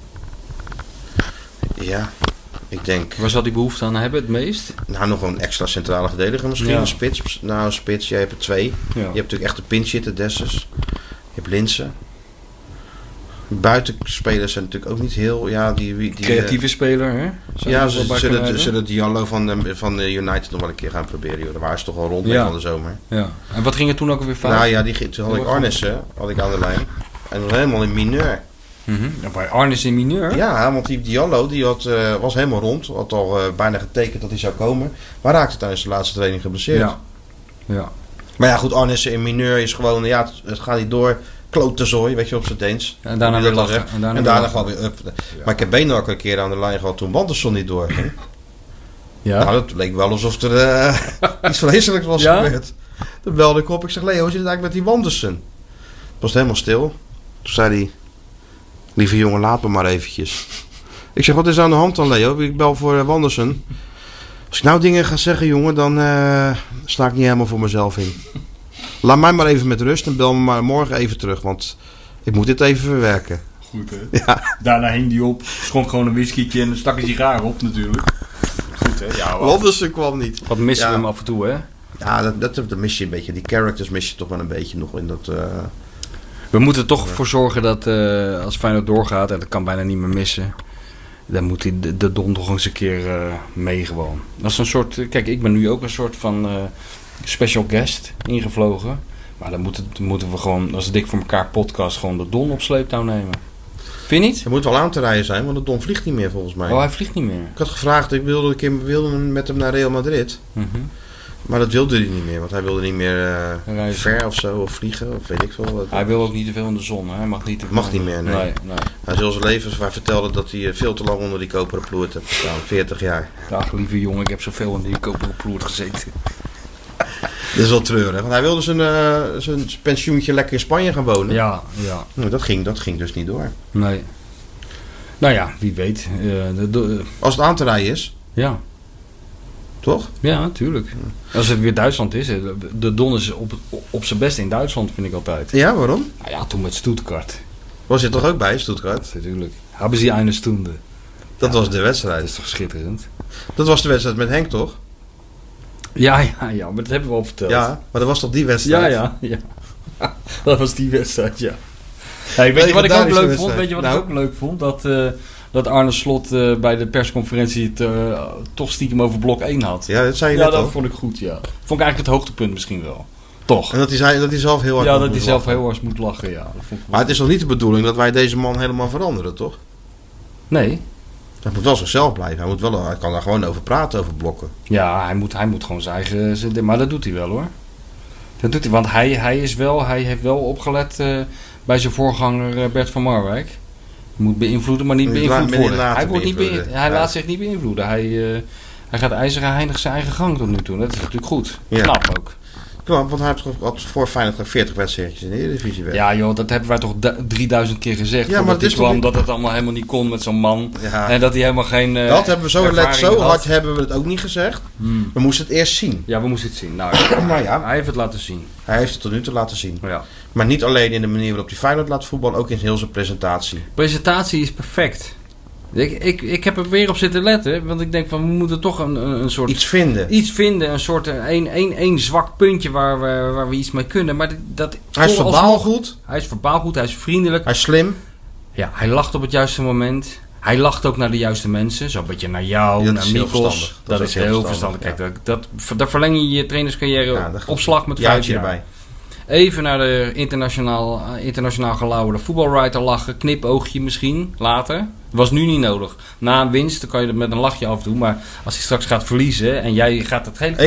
Ja, ik denk... Waar zal die behoefte aan hebben het meest? Nou, nog een extra centrale verdediger misschien. Ja. Een spits. Nou, een spits. Jij hebt er 2. Ja. Je hebt natuurlijk echt de pinch hitter, Dessus. Je hebt Linssen. Buitenspelers zijn natuurlijk ook niet heel... Ja, die creatieve speler, hè? Zullen Diallo van de United nog wel een keer gaan proberen. Joh. Daar waren ze toch al rond mee van de zomer. Ja. En wat ging er toen ook weer fout? Nou ja, toen had ik Arnissen aan de lijn. En nog helemaal in mineur. Mm-hmm. Ja, bij Arnes in mineur? Ja, want die Diallo was helemaal rond. Had al bijna getekend dat hij zou komen. Maar raakte tijdens de laatste training geblesseerd. Ja. Maar ja, goed, Arnissen in mineur is gewoon... Ja, het gaat niet door... Klotezooi, weet je, op zijn Deens. En daarna weer lachen. En daarna gewoon weer up. Ja. Maar ik heb Beno ook een keer aan de lijn gehad toen Wanderson niet doorging. Ja. Nou, dat leek wel alsof er iets vreselijks was gebeurd. Toen belde ik op. Ik zeg, Leo, hoe zit het eigenlijk met die Wanderson? Het was helemaal stil. Toen zei hij, lieve jongen, laat me maar eventjes. Ik zeg, wat is aan de hand dan, Leo? Ik bel voor Wanderson. Als ik nou dingen ga zeggen, jongen, dan sta ik niet helemaal voor mezelf in. Laat mij maar even met rust en bel me maar morgen even terug. Want ik moet dit even verwerken. Goed, hè? Ja. Daarna hing die op, schonk gewoon een whiskietje en stak een sigaar op natuurlijk. Goed, hè? Ja, Londense kwam niet. Wat missen we hem af en toe, hè? Ja, dat mis je een beetje. Die characters mis je toch wel een beetje nog in dat... We moeten er toch voor zorgen dat als Feyenoord doorgaat, en dat kan bijna niet meer missen, dan moet de Don toch eens een keer mee gewoon. Dat is een soort... Kijk, ik ben nu ook een soort van special guest ingevlogen. Maar dan moeten we gewoon, als Dik voor elkaar podcast, gewoon de Don op sleeptouw nemen. Vind je niet? Je moet wel aan te rijden zijn, want de Don vliegt niet meer volgens mij. Oh, hij vliegt niet meer. Ik had gevraagd, ik wilde met hem naar Real Madrid. Mm-hmm. Maar dat wilde hij niet meer, want hij wilde niet meer ver of zo, of vliegen, of weet ik veel. Hij wil ook niet te veel in de zon, hè? Hij mag niet te veel. Mag niet meer, nee. Nee. Hij is heel zijn leven, hij vertelde dat hij veel te lang onder die koperen ploert heeft gestaan, 40 jaar. Ach, lieve jongen, ik heb zoveel in die koperen ploert gezeten. Dat is wel treurig, want hij wilde zijn pensioentje lekker in Spanje gaan wonen. Ja. Nou, dat ging dus niet door. Nee. Nou ja, wie weet. Als het aan te rijden is, Ja. toch? Ja, natuurlijk. Als het weer Duitsland is. De Don is op zijn best in Duitsland, vind ik altijd. Ja, waarom? Nou ja, toen met Stuttgart. Was je toch ook bij, Stuttgart? Natuurlijk. Hebben ze eine Stunde. Dat was de wedstrijd. Dat is toch schitterend? Dat was de wedstrijd met Henk, toch? Ja, maar dat hebben we al verteld. Ja, maar dat was toch die wedstrijd? Ja. Dat was die wedstrijd, ja. Hey, weet je wat ik ook leuk vond? Weet je wat ik ook leuk vond? Dat Arne Slot bij de persconferentie het toch stiekem over blok 1 had. Ja, dat zei je net al. Ja, dat vond ik goed, ja. Vond ik eigenlijk het hoogtepunt misschien wel. Toch? En dat hij zei dat hij zelf heel hard Ja, dat hij zelf heel hard moet lachen, ja. Dat vond ik maar het is nog niet de bedoeling dat wij deze man helemaal veranderen, toch? Nee. Hij moet wel zichzelf blijven. Hij kan daar gewoon over praten, over blokken. Ja, hij moet gewoon zijn eigen... Maar dat doet hij wel, hoor. Dat doet hij, want hij heeft wel opgelet bij zijn voorganger Bert van Marwijk. Je moet beïnvloeden, maar niet beïnvloed worden. Hij laat zich niet beïnvloeden. Hij gaat ijzeren heinig zijn eigen gang tot nu toe. Dat is natuurlijk goed. Ja. Knap ook. Want hij had voor Feyenoord 40 wedstrijdjes in de Eredivisie weg. Ja joh, dat hebben wij toch 3000 keer gezegd. Ja, maar het kwam dat het allemaal helemaal niet kon met zo'n man. Ja. En dat hij helemaal geen dat hebben we zo hard hebben we het ook niet gezegd. Hmm. We moesten het eerst zien. Ja, we moesten het zien. Nou, maar ja, hij heeft het laten zien. Hij heeft het tot nu toe laten zien. Ja. Maar niet alleen in de manier waarop hij Feyenoord laat voetballen, ook in heel zijn presentatie. Presentatie is perfect. Ik heb er weer op zitten letten, want ik denk van we moeten toch een soort... Iets vinden. Een soort één zwak puntje waar we iets mee kunnen. Maar hij is verbaal goed. Hij is verbaal goed, hij is vriendelijk. Hij is slim. Ja, hij lacht op het juiste moment. Hij lacht ook naar de juiste mensen. Zo'n beetje naar jou, ja, naar Mikos. Dat is heel verstandig. Ja. Kijk, daar verleng je je trainerscarrière op slag met 5 jaar. Erbij. Even naar de internationaal gelauwerde voetbalwriter lachen. Knipoogje misschien, later. Was nu niet nodig. Na een winst dan kan je het met een lachje afdoen. Maar als hij straks gaat verliezen en jij gaat het hele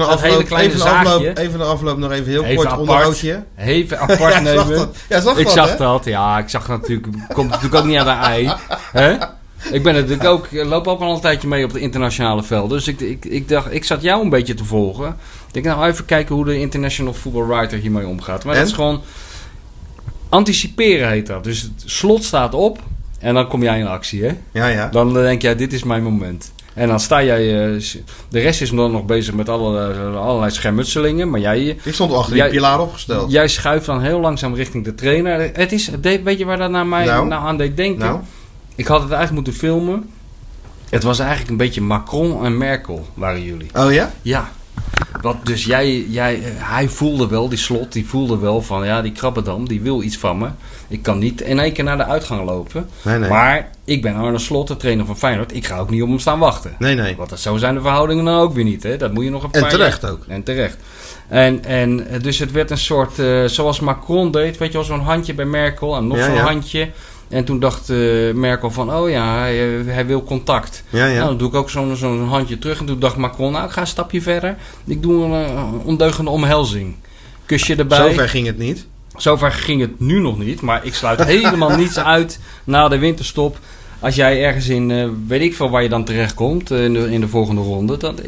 kleine Even de afloop nog even heel kort onderhoudje. Even apart nemen. Ik zag dat. Ja, ik zag natuurlijk. Komt natuurlijk ook niet aan de ei. Hè? Ik ben natuurlijk ook, loop ook al een tijdje mee op de internationale velden. Dus ik dacht, ik zat jou een beetje te volgen. Ik denk, nou even kijken hoe de international football writer hiermee omgaat. Maar dat is gewoon anticiperen heet dat. Dus het Slot staat op en dan kom jij in actie, hè? Ja. Dan denk jij, dit is mijn moment. En dan sta jij, de rest is dan nog bezig met allerlei schermutselingen. Maar jij... Ik stond achter die pilaar opgesteld. Jij schuift dan heel langzaam richting de trainer. Weet je waar dat mij aan deed denken? Nou. Ik had het eigenlijk moeten filmen. Het was eigenlijk een beetje Macron en Merkel waren jullie. Oh ja? Ja. Dus hij voelde wel, die Slot, die voelde wel van... Ja, die Krabbedam, die wil iets van me. Ik kan niet in één keer naar de uitgang lopen. Nee. Maar ik ben Arne Slot, de trainer van Feyenoord. Ik ga ook niet op hem staan wachten. Nee. Want zo zijn de verhoudingen dan ook weer niet. Hè? Dat moet je nog een paar En terecht jaar... ook. En terecht. En dus het werd een soort... zoals Macron deed, weet je wel, zo'n handje bij Merkel. En nog zo'n handje... En toen dacht Merkel van, oh ja, hij wil contact. Ja. Nou, dan doe ik ook zo'n handje terug. En toen dacht Macron, nou, ik ga een stapje verder. Ik doe een ondeugende omhelzing. Kusje erbij. Zover ging het niet. Zover ging het nu nog niet. Maar ik sluit helemaal niets uit na de winterstop. Als jij ergens in, weet ik veel waar je dan terechtkomt in de volgende ronde. Dat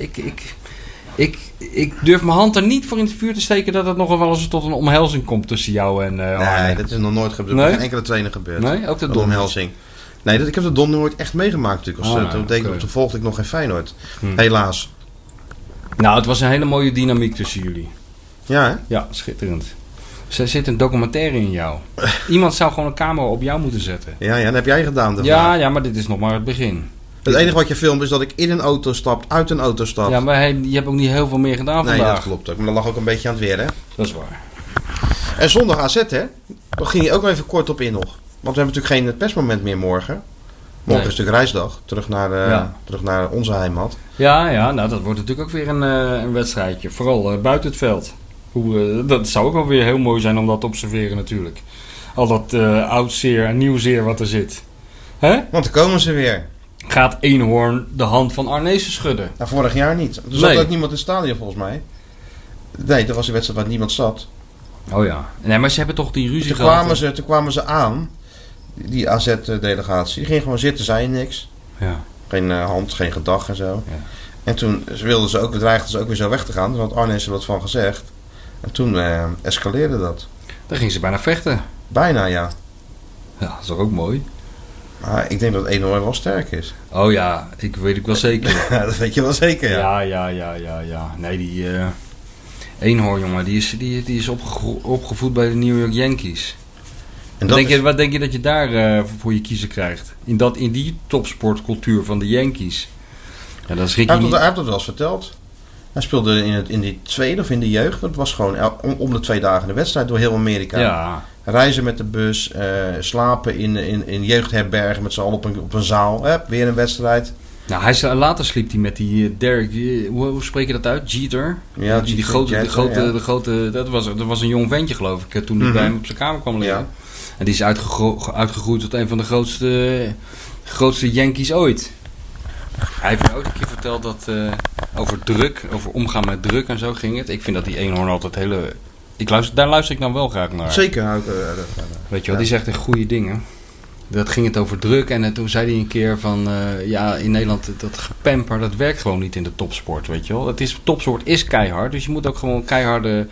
ik durf mijn hand er niet voor in het vuur te steken dat het nog wel eens tot een omhelzing komt tussen jou en Arne. Nee, dat is nog nooit gebeurd. Nee? Geen enkele trainer gebeurd. Nee, ook de Don. Omhelzing. Nee, ik heb de Don nooit echt meegemaakt natuurlijk. Toen volgde ik nog geen Feyenoord. Helaas. Nou, het was een hele mooie dynamiek tussen jullie. Ja, hè? Ja, schitterend. Er zit een documentaire in jou. Iemand zou gewoon een camera op jou moeten zetten. Ja, dat heb jij gedaan. Ja, maar dit is nog maar het begin. Het enige wat je filmt is dat ik in een auto stap, uit een auto stap. Ja, maar je hebt ook niet heel veel meer gedaan vandaag. Nee, dat klopt ook. Maar dat lag ook een beetje aan het weer, hè? Dat is waar. En zondag AZ, hè? Daar ging je ook even kort op in nog. Want we hebben natuurlijk geen persmoment meer morgen. Morgen is natuurlijk reisdag. Terug naar onze heimat. Ja, nou dat wordt natuurlijk ook weer een wedstrijdje. Vooral buiten het veld. Dat zou ook wel weer heel mooi zijn om dat te observeren natuurlijk. Al dat oud zeer en nieuw zeer wat er zit. Hè? Want dan komen ze weer. Gaat Eenhoorn de hand van Arnezen schudden? Nou, vorig jaar niet. Er zat ook niemand in het stadion volgens mij. Nee, dat was een wedstrijd waar niemand zat. Oh ja. Nee, maar ze hebben toch die ruzie gehad. Toen kwamen ze aan, die AZ-delegatie. Die ging gewoon zitten, zei niks. Ja. Geen hand, geen gedag en zo. Ja. En toen dreigden ze ook weer zo weg te gaan. Toen had Arnees er wat van gezegd. En toen escaleerde dat. Dan gingen ze bijna vechten. Bijna, ja. Ja, dat is toch ook mooi? Maar ik denk dat Eenhoorn wel sterk is. Oh ja, weet ik wel zeker. Ja, dat weet je wel zeker, ja. Ja. Nee, die Eenhoorn, jongen, die is opgevoed bij de New York Yankees. En wat denk je dat je daar voor je kiezen krijgt? In die topsportcultuur van de Yankees. Ja, dat schrik je niet. Hij heeft het wel eens verteld. Hij speelde in die tweede of in de jeugd. Dat was gewoon om de 2 dagen de wedstrijd door heel Amerika. Ja. Reizen met de bus, slapen in jeugdherbergen met z'n allen op een zaal. Weer een wedstrijd. Nou, later sliep hij met die Derek, hoe spreek je dat uit? Jeter? Ja, die grote, dat was een jong ventje geloof ik, toen hij bij hem op zijn kamer kwam liggen. Ja. En die is uitgegroeid tot een van de grootste Yankees ooit. Hij heeft me ook een keer verteld dat over omgaan met druk en zo ging het. Ik vind dat die Eenhoorn altijd daar luister ik dan wel graag naar. Zeker. Weet je wel, die zegt echt goede dingen. Dat ging het over druk en toen zei hij een keer van... in Nederland, dat gepamper, dat werkt gewoon niet in de topsport, weet je wel. Topsport is keihard, dus je moet ook gewoon keiharde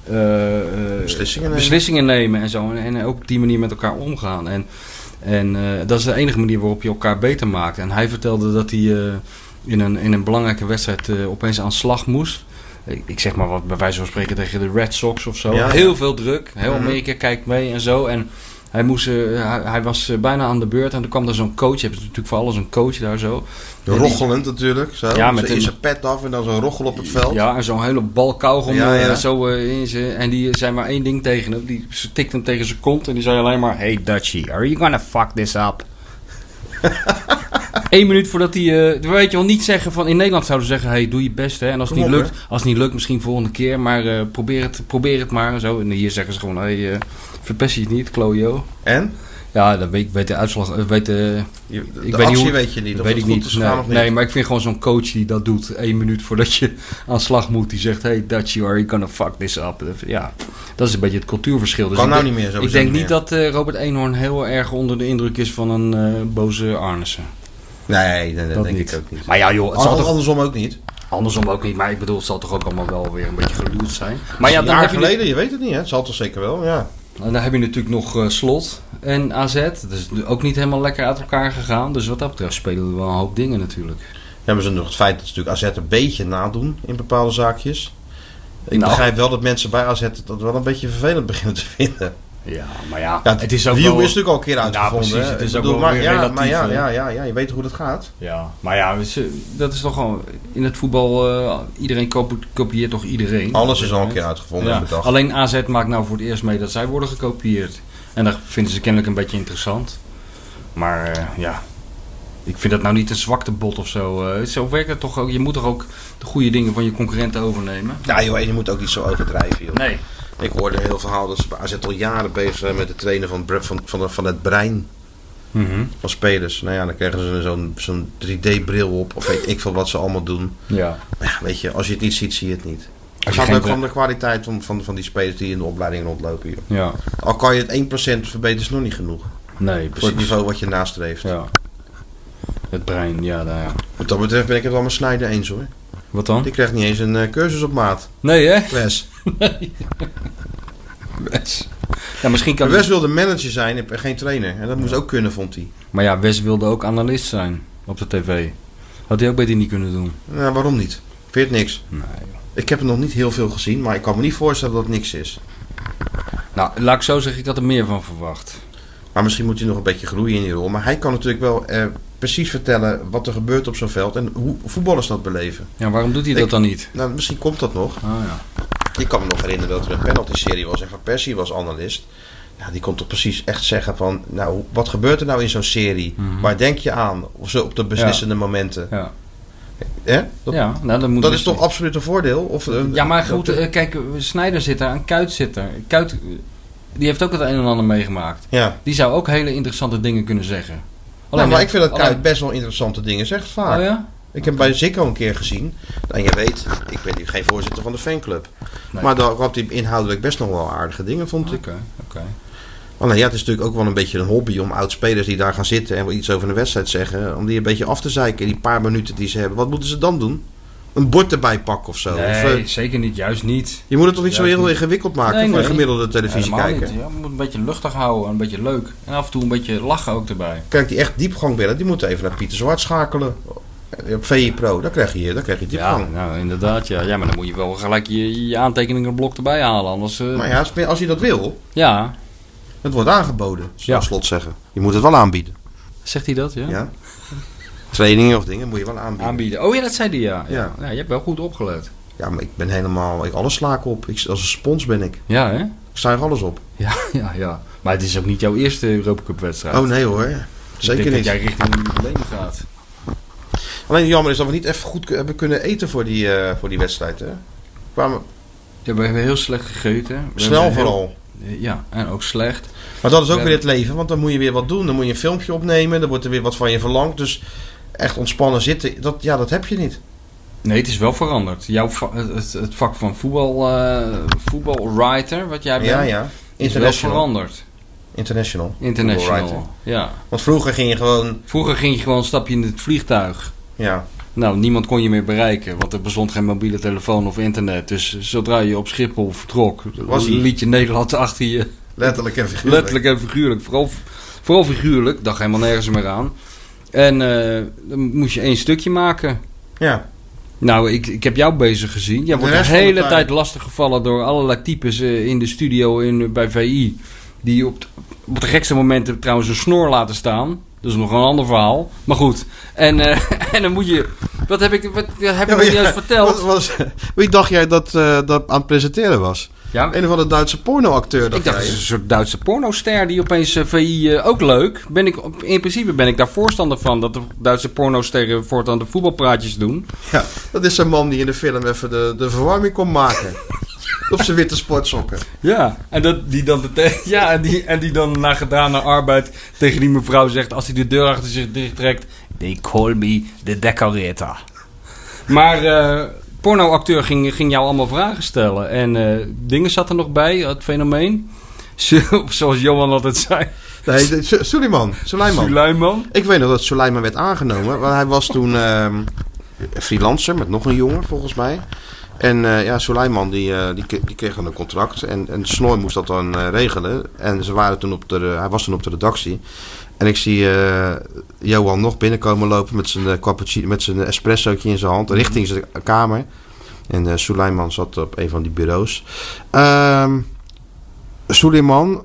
beslissingen nemen en zo. En ook op die manier met elkaar omgaan. En dat is de enige manier waarop je elkaar beter maakt. En hij vertelde dat hij in een belangrijke wedstrijd opeens aan slag moest. Ik zeg maar wat bij wijze van spreken tegen de Red Sox of zo. Ja, heel veel druk. Heel Amerika kijkt mee en zo. En hij was bijna aan de beurt. En toen kwam er zo'n coach. Je hebt natuurlijk voor alles een coach daar zo. Rochelend natuurlijk. Zo. Ja, met zijn pet af en dan zo'n rochel op het veld. Ja, en zo'n hele bal kauwgom zo in ze. En die zei maar één ding tegen hem. Die tikte hem tegen zijn kont. En die zei alleen maar... Hey Dutchie, are you gonna fuck this up? 1 minuut voordat hij... weet je wel, niet zeggen van... In Nederland zouden ze zeggen... Hey, doe je best, hè. En als het niet lukt, misschien volgende keer. Maar probeer het maar. En zo. En hier zeggen ze gewoon... Hey, verpest je het niet, klojo. En? Ja, dat weet de uitslag... weet je niet. Of weet ik niet. Nee, maar ik vind gewoon zo'n coach die dat doet... 1 minuut voordat je aan slag moet. Die zegt... Hey, Dutchie, are you gonna fuck this up? Ja, dat is een beetje het cultuurverschil. Dus kan niet meer zo. Ik denk niet dat Robert Eenhoorn heel erg onder de indruk is van een boze Arnesen. Nee, dat denk ik ook niet. Maar ja, joh, andersom ook niet. Andersom ook niet, maar ik bedoel, het zal toch ook allemaal wel weer een beetje geluwd zijn. Maar ja, een jaar geleden, je weet het niet, hè? Het zal toch zeker wel, ja. En dan heb je natuurlijk nog Slot en AZ. Dat is ook niet helemaal lekker uit elkaar gegaan. Dus wat dat betreft spelen we wel een hoop dingen natuurlijk. Hebben ze nog het feit dat ze natuurlijk AZ een beetje nadoen in bepaalde zaakjes. Ik begrijp wel dat mensen bij AZ dat wel een beetje vervelend beginnen te vinden. Ja, maar ja het is ook Wiel is natuurlijk al een keer uitgevonden. Ja, precies. Het is ook wel weer relatief. Maar je weet hoe dat gaat. Ja, maar ja, dat is toch gewoon... In het voetbal, iedereen kopieert toch iedereen. Alles is al een keer uitgevonden. Ja. Alleen AZ maakt nou voor het eerst mee dat zij worden gekopieerd. En dat vinden ze kennelijk een beetje interessant. Maar ik vind dat nou niet een zwaktebod of zo. Zo werkt het toch ook. Je moet toch ook de goede dingen van je concurrenten overnemen? Ja joh, en je moet ook niet zo overdrijven joh. Nee. Ik hoorde een heel verhaal dat ze bij AZ al jaren bezig zijn met het trainen van het brein van spelers. Nou ja, dan krijgen ze zo'n 3D-bril op of weet ik veel wat ze allemaal doen. Ja. Maar ja, weet je, als je het niet ziet, zie je het niet. Het gaat ook van de kwaliteit van die spelers die in de opleiding rondlopen. Joh. Ja. Al kan je het 1% verbeteren, is nog niet genoeg. Nee, precies. Voor het niveau wat je nastreeft. Ja. Het brein, ja. Wat dat betreft ben ik het wel met Sneijder eens hoor. Wat dan? Die krijgt niet eens een cursus op maat. Nee hè? Wes. Nee. Wes. Ja, misschien kan Wes wilde manager zijn en geen trainer. En dat moest ook kunnen, vond hij. Maar ja, Wes wilde ook analist zijn op de tv. Had hij ook beter niet kunnen doen. Nou, waarom niet? Vind je het niks? Nee. Ik heb er nog niet heel veel gezien, maar ik kan me niet voorstellen dat het niks is. Nou, laat ik zo zeggen, ik had er meer van verwacht. Maar misschien moet hij nog een beetje groeien in die rol. Maar hij kan natuurlijk wel precies vertellen wat er gebeurt op zo'n veld en hoe voetballers dat beleven. Ja, waarom doet hij dat dan niet? Nou, misschien komt dat nog. Oh, ja. Ik kan me nog herinneren dat er een penalty-serie was en Van Persie was analist. Ja, die kon toch precies echt zeggen van, nou, wat gebeurt er nou in zo'n serie? Mm-hmm. Waar denk je aan? Of zo op de beslissende momenten? Ja. Dat, moet dat is toch absoluut een voordeel? Of, ja, maar goed, kijk, Sneijder zit daar en Kuyt zit er. Kuyt, die heeft ook het een en ander meegemaakt. Ja. Die zou ook hele interessante dingen kunnen zeggen. Alleen, maar ik vind dat Kuyt best wel interessante dingen zegt vaak. Oh ja? Ik heb bij Ziggo een keer gezien. En je weet, ik ben geen voorzitter van de fanclub. Nee. Maar daar had hij inhoudelijk best nog wel aardige dingen, vond ik. Oké. Want ja, het is natuurlijk ook wel een beetje een hobby om oud-spelers die daar gaan zitten en iets over een wedstrijd zeggen, om die een beetje af te zeiken in die paar minuten die ze hebben. Wat moeten ze dan doen? Een bord erbij pakken of zo? Nee, zeker niet. Juist niet. Je moet het toch niet zo heel ingewikkeld maken voor een gemiddelde televisiekijker? Ja, je moet een beetje luchtig houden, een beetje leuk. En af en toe een beetje lachen ook erbij. Kijk, die echt diepgang willen, die moeten even naar Pieter Zwart schakelen. Op VI Pro, daar krijg je diepgang. Ja, nou inderdaad. Ja, maar dan moet je wel gelijk je aantekeningenblok erbij halen. Anders, Maar ja, als je dat wil... Ja. Het wordt aangeboden, zou Slot zeggen. Je moet het wel aanbieden. Zegt hij dat, ja? Trainingen of dingen moet je wel aanbieden. Oh ja, dat zei hij, ja. Je hebt wel goed opgelet. Ja, maar ik ben helemaal... alles sla ik op. Als een spons ben ik. Ja, hè? Ik zuig alles op. Ja. Maar het is ook niet jouw eerste Europa Cup wedstrijd. Oh nee hoor. Zeker niet. Dat jij richting de problemen gaat. Alleen jammer is dat we niet even goed hebben kunnen eten voor die wedstrijd, hè? Ja, we hebben heel slecht gegeten. Snel vooral. Ja, en ook slecht. Maar dat is ook weer het leven, want dan moet je weer wat doen. Dan moet je een filmpje opnemen, dan wordt er weer wat van je verlangd. Dus echt ontspannen zitten, dat heb je niet. Nee, het is wel veranderd. Het vak van voetbalwriter, wat jij bent, is wel veranderd. International, ja. Want vroeger ging je gewoon... stap je in het vliegtuig. Ja. Nou, niemand kon je meer bereiken, want er bestond geen mobiele telefoon of internet. Dus zodra je op Schiphol vertrok, liet je Nederland achter je. Letterlijk en figuurlijk. Vooral figuurlijk, dacht helemaal nergens meer aan. En dan moest je 1 stukje maken. Ja. Nou, ik heb jou bezig gezien. Jij wordt de hele tijd lastiggevallen door allerlei types in de studio bij VI. Die op de gekste momenten trouwens een snor laten staan. Dat is nog een ander verhaal. Maar goed. En dan moet je... Wat heb ik je juist verteld? Wie dacht jij dat aan het presenteren was? Ja, een of andere Duitse pornoacteur. Ik dacht, het is een soort Duitse pornoster die opeens VI ook leuk. In principe ben ik daar voorstander van dat de Duitse pornosterren voortaan de voetbalpraatjes doen. Ja, dat is zo'n man die in de film even de verwarming kon maken. Op zijn witte sportsokken. Ja, en die dan na gedane arbeid tegen die mevrouw zegt als hij de deur achter zich dicht trekt: They call me the decorator. Maar pornoacteur ging jou allemaal vragen stellen. En dingen zat er nog bij, het fenomeen. Zoals Johan altijd zei. Nee, Suleiman. Ik weet nog dat Suleiman werd aangenomen. Want hij was toen freelancer met nog een jongen, volgens mij. En Suleiman die kreeg dan een contract. En Snor moest dat dan regelen. En hij was toen op de redactie. En ik zie Johan nog binnenkomen lopen met zijn espressootje in zijn hand. Richting zijn kamer. En Suleiman zat op een van die bureaus. Suleiman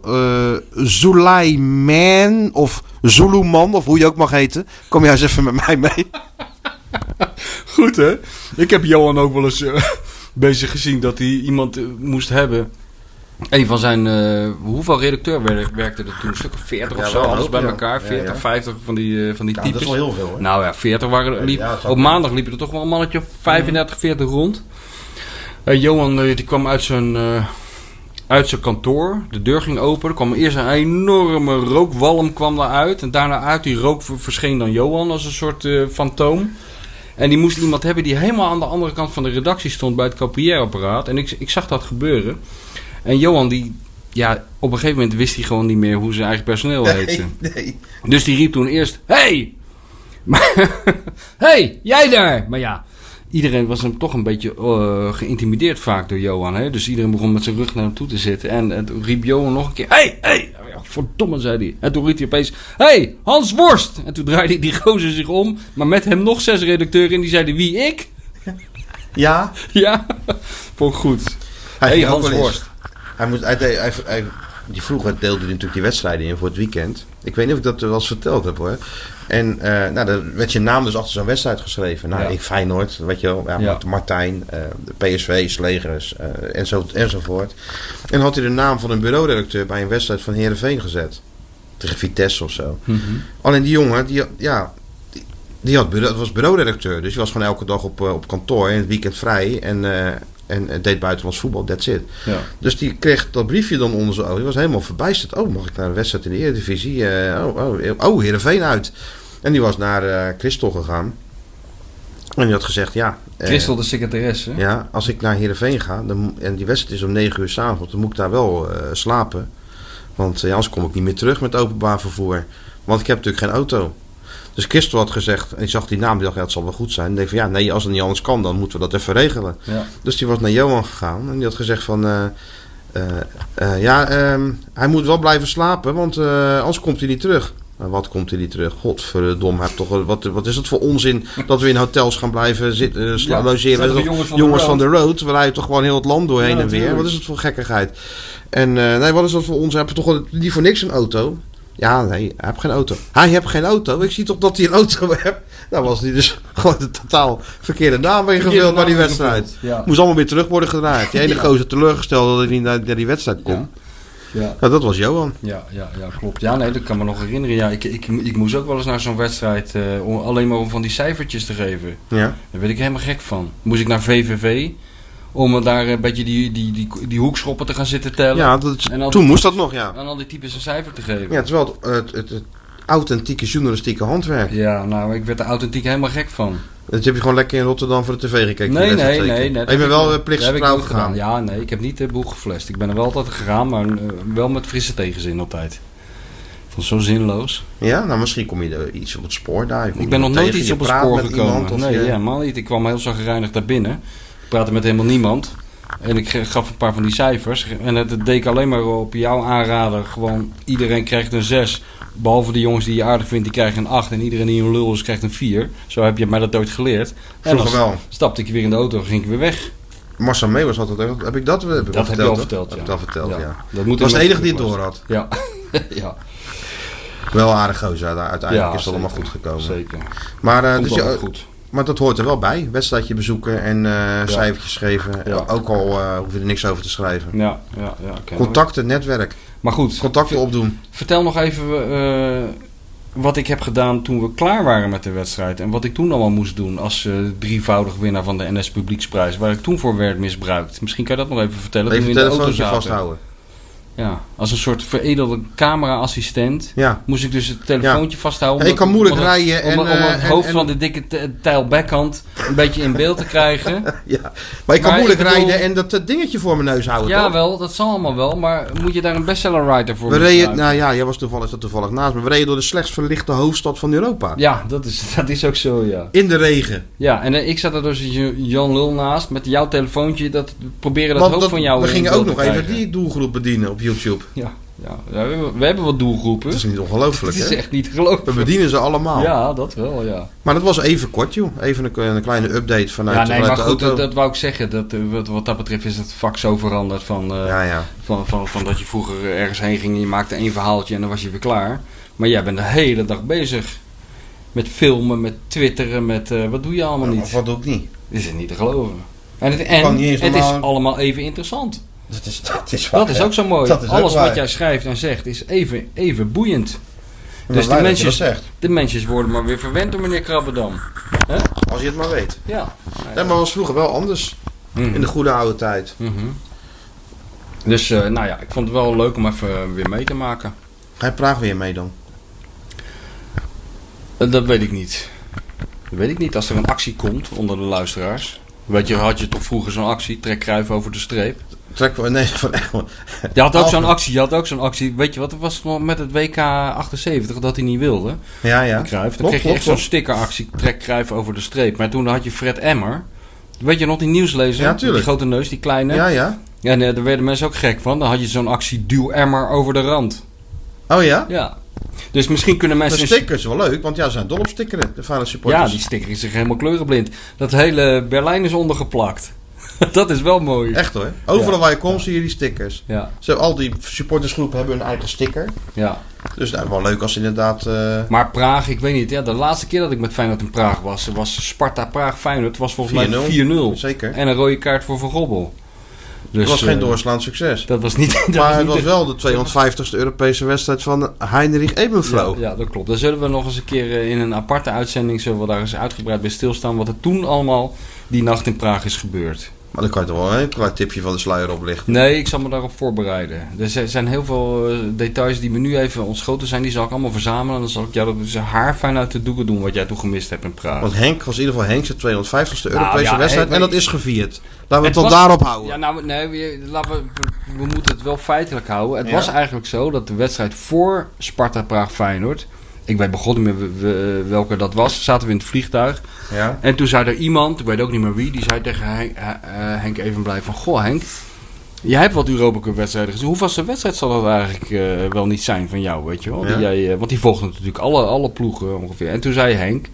of Zuluman, of hoe je ook mag heten. Kom jij eens even met mij mee. Goed, hè? Ik heb Johan ook wel eens bezig gezien dat hij iemand moest hebben. Een van zijn... hoeveel redacteur werkte er toen? Een stuk of 40 of zo? Alles bij elkaar. 40, 50 van die types. Dat is wel heel veel, hoor. Nou ja, 40 waren... op maandag liepen er toch wel een mannetje 35, 40 rond. Johan die kwam uit zijn kantoor. De deur ging open. Er kwam eerst een enorme rookwalm kwam eruit. En daarna uit die rook verscheen dan Johan als een soort fantoom. En die moest iemand hebben die helemaal aan de andere kant van de redactie stond bij het kopieerapparaat. En ik zag dat gebeuren. En Johan op een gegeven moment wist hij gewoon niet meer hoe zijn eigen personeel heette. Nee. Dus die riep toen eerst: Hey! Hey, jij daar! Maar ja, iedereen was hem toch een beetje geïntimideerd vaak door Johan. Hè? Dus iedereen begon met zijn rug naar hem toe te zitten. En toen riep Johan nog een keer: Hey! Ja, verdomme, zei hij. En toen riep hij opeens: Hey, Hans Worst! En toen draaide die gozer zich om. Maar met hem nog 6 redacteuren en die zeiden: Wie, ik? Ja? Ja, vond ik goed. Hij Hans ook wel eens. Worst. Vroeger deelde hij natuurlijk die wedstrijden in voor het weekend. Ik weet niet of ik dat wel eens verteld heb hoor. En dan werd je naam dus achter zo'n wedstrijd geschreven. Nou, ik Feyenoord, weet je wel. Ja. Martijn, de PSV, Slegers enzovoort. En dan had hij de naam van een bureauredacteur bij een wedstrijd van Heerenveen gezet. Tegen Vitesse of zo. Mm-hmm. Alleen die jongen, die was bureauredacteur. Dus die was gewoon elke dag op kantoor en het weekend vrij. En deed buitenlands voetbal, that's it. Ja. Dus die kreeg dat briefje dan onder zijn ogen. Die was helemaal verbijsterd. Oh, mag ik naar een wedstrijd in de Eredivisie? Heerenveen uit. En die was naar Christel gegaan. En die had gezegd, ja... Christel de secretaresse. Ja, als ik naar Heerenveen ga... en die wedstrijd is om 9 uur 's avonds... dan moet ik daar wel slapen. Want anders kom ik niet meer terug met openbaar vervoer. Want ik heb natuurlijk geen auto. Dus Christel had gezegd, en die zag die naam, die dacht, het zal wel goed zijn. En die dacht van, nee, als het niet anders kan, dan moeten we dat even regelen. Ja. Dus die was naar Johan gegaan en die had gezegd van, hij moet wel blijven slapen, want anders komt hij niet terug. Maar wat komt hij niet terug? Godverdomme, wat is het voor onzin dat we in hotels gaan blijven logeren? Jongens van de road, we rijden toch gewoon heel het land doorheen en weer. Wat is het voor gekkigheid? En wat is dat voor onzin? Heb je toch niet voor niks een auto? Ja, nee, hij heeft geen auto. Hij heeft geen auto. Ik zie toch dat hij een auto heeft. Nou was hij dus gewoon de totaal verkeerde naam ingevuld bij die wedstrijd. Ja. Moest allemaal weer terug worden gedraaid. Die ene gozer teleurgesteld dat hij niet naar die wedstrijd kon. Ja. Nou, dat was Johan. Ja, klopt. Ja, nee, dat kan me nog herinneren. Ja, ik moest ook wel eens naar zo'n wedstrijd alleen maar om van die cijfertjes te geven. Ja. Daar werd ik helemaal gek van. Moest ik naar VVV... om daar een beetje die hoekschoppen te gaan zitten tellen. Ja, toen moest dat nog, ja. En al die types een cijfer te geven. Ja, het is wel het authentieke journalistieke handwerk. Ja, nou, ik werd er authentiek helemaal gek van. Dat heb je gewoon lekker in Rotterdam voor de tv gekeken? Nee. Je bent wel plichtsgetrouw gegaan? Ja, nee, ik heb niet de boel geflasht. Ik ben er wel altijd gegaan, maar wel met frisse tegenzin altijd. Ik vond het zo zinloos. Ja, nou misschien kom je er iets op het spoor daar. Ik ben nog nooit iets op het spoor gekomen. Nee, helemaal niet. Ik kwam heel zagrijnig daar binnen. Ik praatte met helemaal niemand. En ik gaf een paar van die cijfers. En het deed ik alleen maar op jouw aanrader. Gewoon iedereen krijgt een 6. Behalve de jongens die je aardig vindt, die krijgen een 8. En iedereen die een lul is, krijgt een 4. Zo heb je mij dat ooit geleerd. En dan stapte ik weer in de auto en ging ik weer weg. Marcel Meeuwers had dat. Heb ik dat verteld? Dat heb je al verteld, ja. Heb ik al verteld, ja. Dat was de enige die het door had. Ja. Ja. Wel aardig gozer. Uiteindelijk is het allemaal goed gekomen. Zeker. Maar dus goed. Maar dat hoort er wel bij. Wedstrijdje bezoeken en cijfertjes geven. Ja. Ook al hoef je er niks over te schrijven. Ja. Contacten, netwerk. Maar goed. Contacten opdoen. Vertel nog even wat ik heb gedaan toen we klaar waren met de wedstrijd. En wat ik toen allemaal moest doen als drievoudig winnaar van de NS Publieksprijs. Waar ik toen voor werd misbruikt. Misschien kan je dat nog even vertellen. Even het telefoontje vasthouden. Ja, als een soort veredelde camera-assistent moest ik dus het telefoontje vasthouden. Ik kan moeilijk rijden. Om het hoofd van de dikke Tijl Beckhand een beetje in beeld te krijgen. Ja, maar ik kan moeilijk rijden en dat dingetje voor mijn neus houden. Ja, toch? Wel, dat zal allemaal wel. Maar moet je daar een bestseller-writer voor jij was toevallig naast me. We reden door de slechtst verlichte hoofdstad van Europa. Ja, dat is ook zo, ja. In de regen. Ja, en ik zat er dus Jan Lul naast met jouw telefoontje. Proberen dat hoofd van jou we gingen ook nog even die doelgroep bedienen op YouTube. Ja, we hebben wat doelgroepen. Het is niet ongelooflijk, hè? Het is echt niet gelooflijk. We bedienen ze allemaal. Ja, dat wel, ja. Maar dat was even kort, joh. Even een kleine update vanuit de auto. Maar goed, dat wou ik zeggen. Wat dat betreft is het vak zo veranderd van dat je vroeger ergens heen ging en je maakte één verhaaltje en dan was je weer klaar. Maar jij bent de hele dag bezig. Met filmen, met twitteren, met wat doe je allemaal niet? Wat doe ik niet? Dit is niet te geloven. En het is allemaal even interessant. Dat is ook zo mooi. Alles wat jij schrijft en zegt is even boeiend. Dus de mensjes worden maar weer verwend door meneer Krabbedam. He? Als je het maar weet. Ja. Maar was vroeger wel anders. Mm-hmm. In de goede oude tijd. Mm-hmm. Dus ik vond het wel leuk om even weer mee te maken. Ga je Praag weer mee dan? Dat weet ik niet. Als er een actie komt onder de luisteraars. Weet je, had je toch vroeger zo'n actie? Trek Cruijff over de streep. Je had ook zo'n actie. Weet je wat? Het was nog met het WK 78 dat hij niet wilde. Ja. Cruijff. Dan kreeg je echt zo'n stickeractie. Trek Cruijff over de streep. Maar toen had je Fred Emmer. Weet je nog die nieuwslezer? Ja, tuurlijk. Die grote neus, die kleine. Ja. En daar werden mensen ook gek van. Dan had je zo'n actie Duw Emmer over de rand. Oh ja? Ja. Dus misschien kunnen mensen... De stickers wel leuk, want ze zijn dol op stickeren, de Feyenoord supporters. Ja, die sticker is zich helemaal kleurenblind. Dat hele Berlijn is ondergeplakt. Dat is wel mooi. Echt hoor. Overal waar je komt zie je die stickers. Ja. Al die supportersgroepen hebben hun eigen sticker. Ja. Dus dat is wel leuk als inderdaad... Maar Praag, ik weet niet. Ja, de laatste keer dat ik met Feyenoord in Praag was Sparta Praag-Feyenoord. Was volgens mij 4-0. Zeker. En een rode kaart voor Van Gobbel. Dus, dat was geen doorslaand succes. Dat was niet... Maar het was wel de 250ste Europese wedstrijd van Heinrich Ebenfloo. Ja, dat klopt. Daar zullen we nog eens een keer in een aparte uitzending... zullen we daar eens uitgebreid bij stilstaan... wat er toen allemaal die nacht in Praag is gebeurd. Maar dan kan je toch wel een klein tipje van de sluier oplichten. Nee, ik zal me daarop voorbereiden. Er zijn heel veel details die me nu even ontschoten zijn. Die zal ik allemaal verzamelen. En dan zal ik jou dat haar fijn uit de doeken doen... wat jij toen gemist hebt in Praag. Want Henk was in ieder geval Henk's 250ste Europese wedstrijd. En dat is gevierd. Laten we het tot was, daarop houden. Ja, nou, nee, we moeten het wel feitelijk houden. Het was eigenlijk zo dat de wedstrijd voor Sparta Praag-Feyenoord... Ik weet begon niet meer welke dat was. Zaten we in het vliegtuig. Ja. En toen zei er iemand, ik weet ook niet meer wie... die zei tegen Henk Evenblij van... Goh Henk, jij hebt wat Europa Cup wedstrijden gezien. Hoeveelste wedstrijd zal dat eigenlijk wel niet zijn van jou, weet je wel? Ja. Want die volgde natuurlijk alle ploegen ongeveer. En toen zei Henk...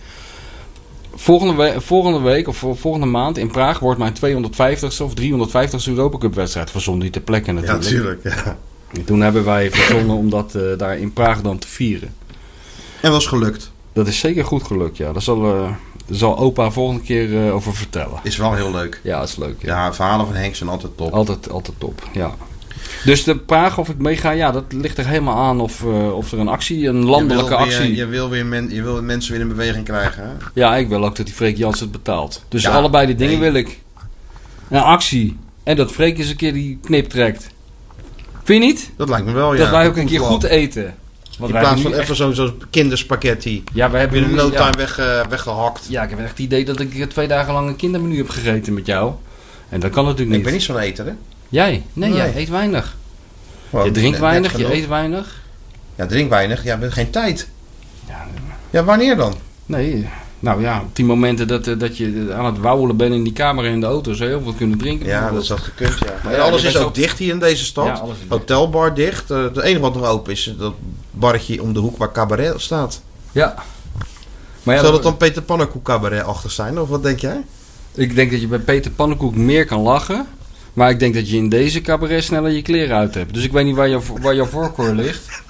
Volgende week of volgende maand in Praag wordt mijn 250ste of 350ste Europa Cup wedstrijd. Verzon die ter plekke natuurlijk. Ja, natuurlijk. Ja. En toen hebben wij verzonnen om dat daar in Praag dan te vieren. En was gelukt. Dat is zeker goed gelukt, ja. Daar zal opa volgende keer over vertellen. Is wel heel leuk. Ja, dat is leuk. Ja, verhalen van Henk zijn altijd top. Altijd top, ja. Dus de Praag, of ik meega, ja, dat ligt er helemaal aan of er een actie, een landelijke actie... Je wil mensen weer in beweging krijgen, hè? Ja, ik wil ook dat die Freek Jans het betaalt. Dus ja, allebei die dingen wil ik. Een actie. En dat Freek eens een keer die knip trekt. Vind je niet? Dat lijkt me wel, ja. Dat wij ook een keer goed eten. Want in plaats van even zo'n kinderspaghetti. Ja, we hebben in no time weggehakt. Ja, ik heb echt het idee dat ik 2 dagen lang een kindermenu heb gegeten met jou. En dat kan natuurlijk niet. Ik ben niet zo'n eter, hè? Jij? Nee, jij eet weinig. Well, je drinkt weinig, je eet weinig. Ja, drink weinig. Ja, we hebben geen tijd. Ja, wanneer dan? Nee, nou ja, op die momenten dat je aan het wauwelen bent in die kamer en in de auto, zou je heel veel kunnen drinken. Ja, dat zou gekund, ja. Maar alles is ook dicht hier in deze stad. Ja, hotelbar dicht. Het enige wat nog open is dat barretje om de hoek waar cabaret staat. Ja. Maar zou dat dan Peter Pannenkoek cabaret achter zijn, of wat denk jij? Ik denk dat je bij Peter Pannenkoek meer kan lachen. Maar ik denk dat je in deze cabaret sneller je kleren uit hebt. Dus ik weet niet waar jouw voorkeur ligt.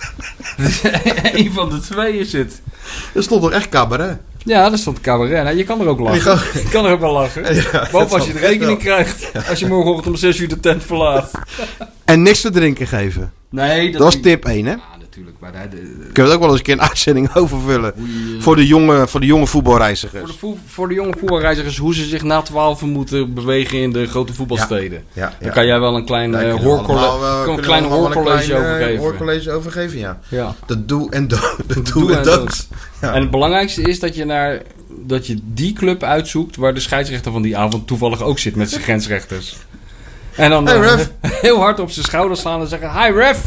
Eén van de twee is het. Er stond toch echt cabaret? Ja, er stond cabaret. Nou, je kan er ook lachen. Je kan er ook wel lachen. Ja, behalve als je de rekening krijgt. Ja. Als je morgenochtend om 6 uur de tent verlaat. En niks te drinken geven. Nee, dat was tip 1, hè? Natuurlijk. Maar kunnen we het ook wel eens een keer een uitzending overvullen. Voor de jonge voetbalreizigers. Voor de jonge voetbalreizigers, hoe ze zich na 12 moeten bewegen in de grote voetbalsteden. Ja. Daar kan jij wel een klein hoorcollege over geven. Hoorcollege over geven, ja. De do en don't. Ja. En het belangrijkste is dat je die club uitzoekt waar de scheidsrechter van die avond toevallig ook zit met zijn grensrechters. En dan heel hard op zijn schouder slaan en zeggen: "Hi ref!"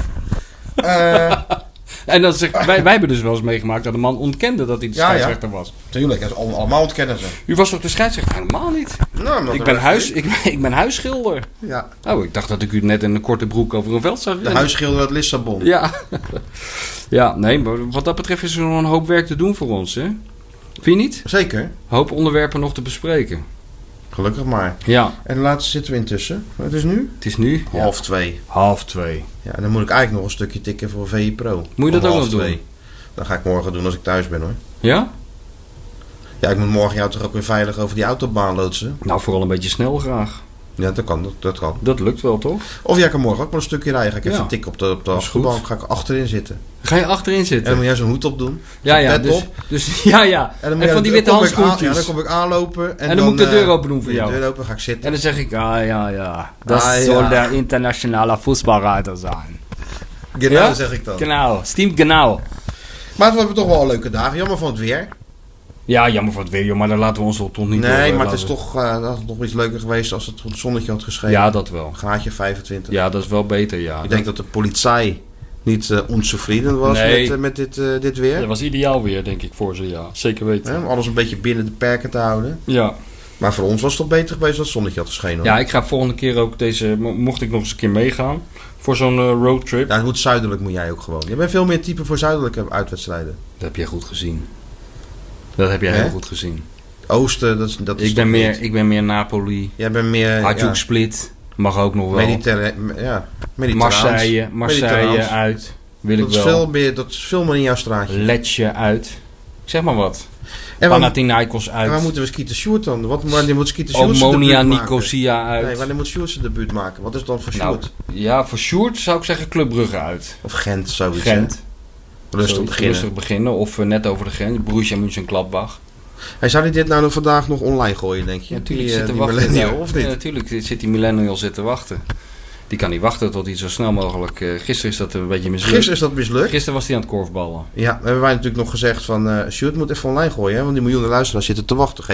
En dan wij hebben dus wel eens meegemaakt dat de man ontkende dat hij de scheidsrechter was. Tuurlijk, allemaal ontkennen ze. U was toch de scheidsrechter? Helemaal niet. Nou, ik ben huisschilder. Ja. Oh, ik dacht dat ik u net in een korte broek over een veld zag. De huisschilder uit Lissabon. Ja. Ja, nee, maar wat dat betreft is er nog een hoop werk te doen voor ons, hè? Vind je niet? Zeker. Een hoop onderwerpen nog te bespreken. Gelukkig maar. Ja. En laatst zitten we intussen. Wat is nu? Het is nu 1:30. 1:30. Ja, dan moet ik eigenlijk nog een stukje tikken voor VI Pro. Moet je dat ook nog doen? Dat ga ik morgen doen als ik thuis ben, hoor. Ja? Ja, ik moet morgen jou toch ook weer veilig over die autobaan loodsen? Nou, vooral een beetje snel graag. Ja, dat kan. Dat lukt wel, toch? Of jij kan morgen ook maar een stukje rijden. Ga ik even tikken op de achterbank. Ga ik achterin zitten. Ga je achterin zitten? En dan moet jij zo'n hoed op doen. Ja. Dus, ja. En van die witte handschoentjes. Ja, dan kom ik aanlopen. En dan moet ik de deur open doen voor jou. De deur open, ga ik zitten. En dan zeg ik, ja. Dat zal de internationale voetbalrider zijn. Genau, zeg ik dan. Genau, stimmt genau. Maar we hebben toch wel leuke dagen. Jammer van het weer. Ja, jammer voor het weer, joh, maar daar laten we ons toch niet... Nee, maar het is toch nog iets leuker geweest als het zonnetje had geschenen. Ja, dat wel. Graadje 25. Ja, dat is wel beter, ja. Ik denk dat de politie niet onzufrieden was met dit weer. Dat was ideaal weer, denk ik, voor ze, ja. Zeker weten. Om alles een beetje binnen de perken te houden. Ja. Maar voor ons was het toch beter geweest als het zonnetje had geschenen? Ja, ik ga volgende keer ook mocht ik nog eens een keer meegaan voor zo'n roadtrip. Ja, het moet zuidelijk moet jij ook gewoon. Je bent veel meer type voor zuidelijke uitwedstrijden. Dat heb jij goed gezien. Dat heb jij heel goed gezien. Oosten, dat is ik ben meer Napoli. Jij bent meer... Hajduk Split, mag ook nog wel. Marseille uit, wil ik wel. Dat is veel meer in jouw straatje. Letje uit. Zeg maar wat. Panathinaikos uit. En waar moeten we Skeeter Sjoerd dan? Wanneer moet Skeeter Sjoerd Omonia Nicosia uit. Nee, wanneer moet Sjoerd zijn debuut maken? Wat is dan voor Sjoerd? Ja, voor Sjoerd zou ik zeggen Club Brugge uit. Of Gent, zoiets. Gent. Rustig beginnen. Of net over de grens. Borussia Mönchengladbach. Hey, zou hij dit nou vandaag nog online gooien, denk je? Ja, natuurlijk zit te wachten. Millennial, of niet? Ja, natuurlijk zit die millennial te wachten. Die kan niet wachten tot hij zo snel mogelijk... gisteren is dat een beetje mislukt. Gisteren was hij aan het korfballen. Ja, hebben wij natuurlijk nog gezegd van... Sjoerd moet even online gooien, hè, want die miljoenen luisteraars zitten te wachten.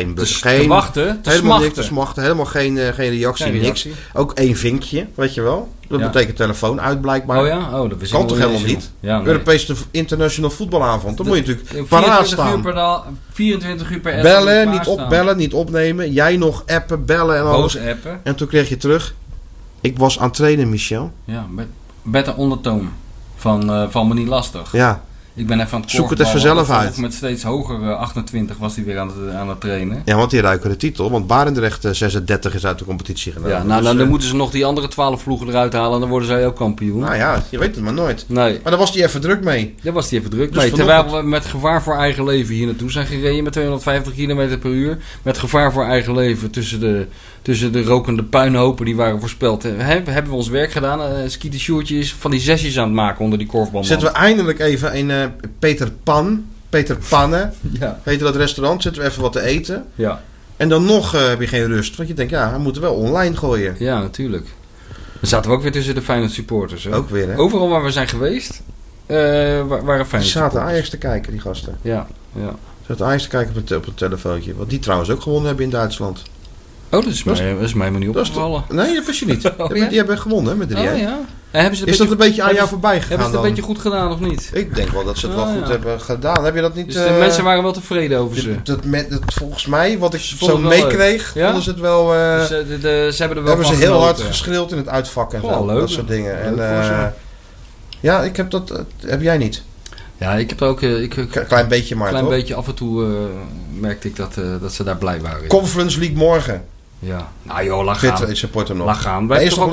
Te smachten. Helemaal geen reactie, niks. Ook 1 vinkje, weet je wel. Dat betekent telefoon uit, blijkbaar. Oh ja? Oh, dat kan toch helemaal niet? Ja, nee. Europese international voetbalavond. Dan moet je natuurlijk paraat staan. 24 uur per bellen, niet opnemen. Jij nog appen, bellen en alles. Appen. En toen kreeg je terug... Ik was aan het trainen, Michel. Ja, met een ondertoon van me niet lastig. Ja. Ik ben even aan het zoek het even zelf uit. Met steeds hoger 28 was hij weer aan het trainen. Ja, want die ruiken de titel. Want Barendrecht 36 is uit de competitie genomen. Ja, nou, dan moeten ze nog die andere 12 ploegen eruit halen. En dan worden zij ook kampioen. Nou ja, je weet het maar nooit. Nee. Maar daar was hij even druk mee. Dus terwijl we met gevaar voor eigen leven hier naartoe zijn gereden. Met 250 km per uur. Met gevaar voor eigen leven tussen de rokende puinhopen die waren voorspeld. Hebben we ons werk gedaan. Skeeter Sjoerdje is van die zesjes aan het maken onder die korfbalman. Zetten we eindelijk even een Peter Panne, ja. Heette dat restaurant. Zetten we even wat te eten. Ja. En dan nog heb je geen rust. Want je denkt, ja, we moeten wel online gooien. Ja, natuurlijk. Dan zaten we ook weer tussen de Feyenoord supporters. Hè? Ook weer, hè? Overal waar we zijn geweest, waren Feyenoord supporters. Ze zaten Ajax te kijken, die gasten. Ja. Ze zaten Ajax te kijken op het telefoontje. Wat die trouwens ook gewonnen hebben in Duitsland. Oh, dat is mij maar niet opgevallen. Nee, dat wist je niet. Die hebben gewonnen met 3-1. Oh, ja. Is dat een beetje aan jou voorbij gegaan? Hebben ze het een beetje goed gedaan of niet? Ik denk wel dat ze het wel goed hebben gedaan. Heb je dat niet? Dus de mensen waren wel tevreden over ze. Volgens mij, wat ik zo meekreeg, vonden ze het wel... ze hebben er wel hebben ze heel hard geschreeuwd in het uitvak en zo. Leuk, dat soort dingen. En, ja, ik heb dat... heb jij niet? Ja, ik heb er ook... Klein beetje maar, Klein beetje af en toe merkte ik dat ze daar blij waren. Conference League morgen. Ja, nou joh, lach gaan. Ik support hem nog. Lach gaan.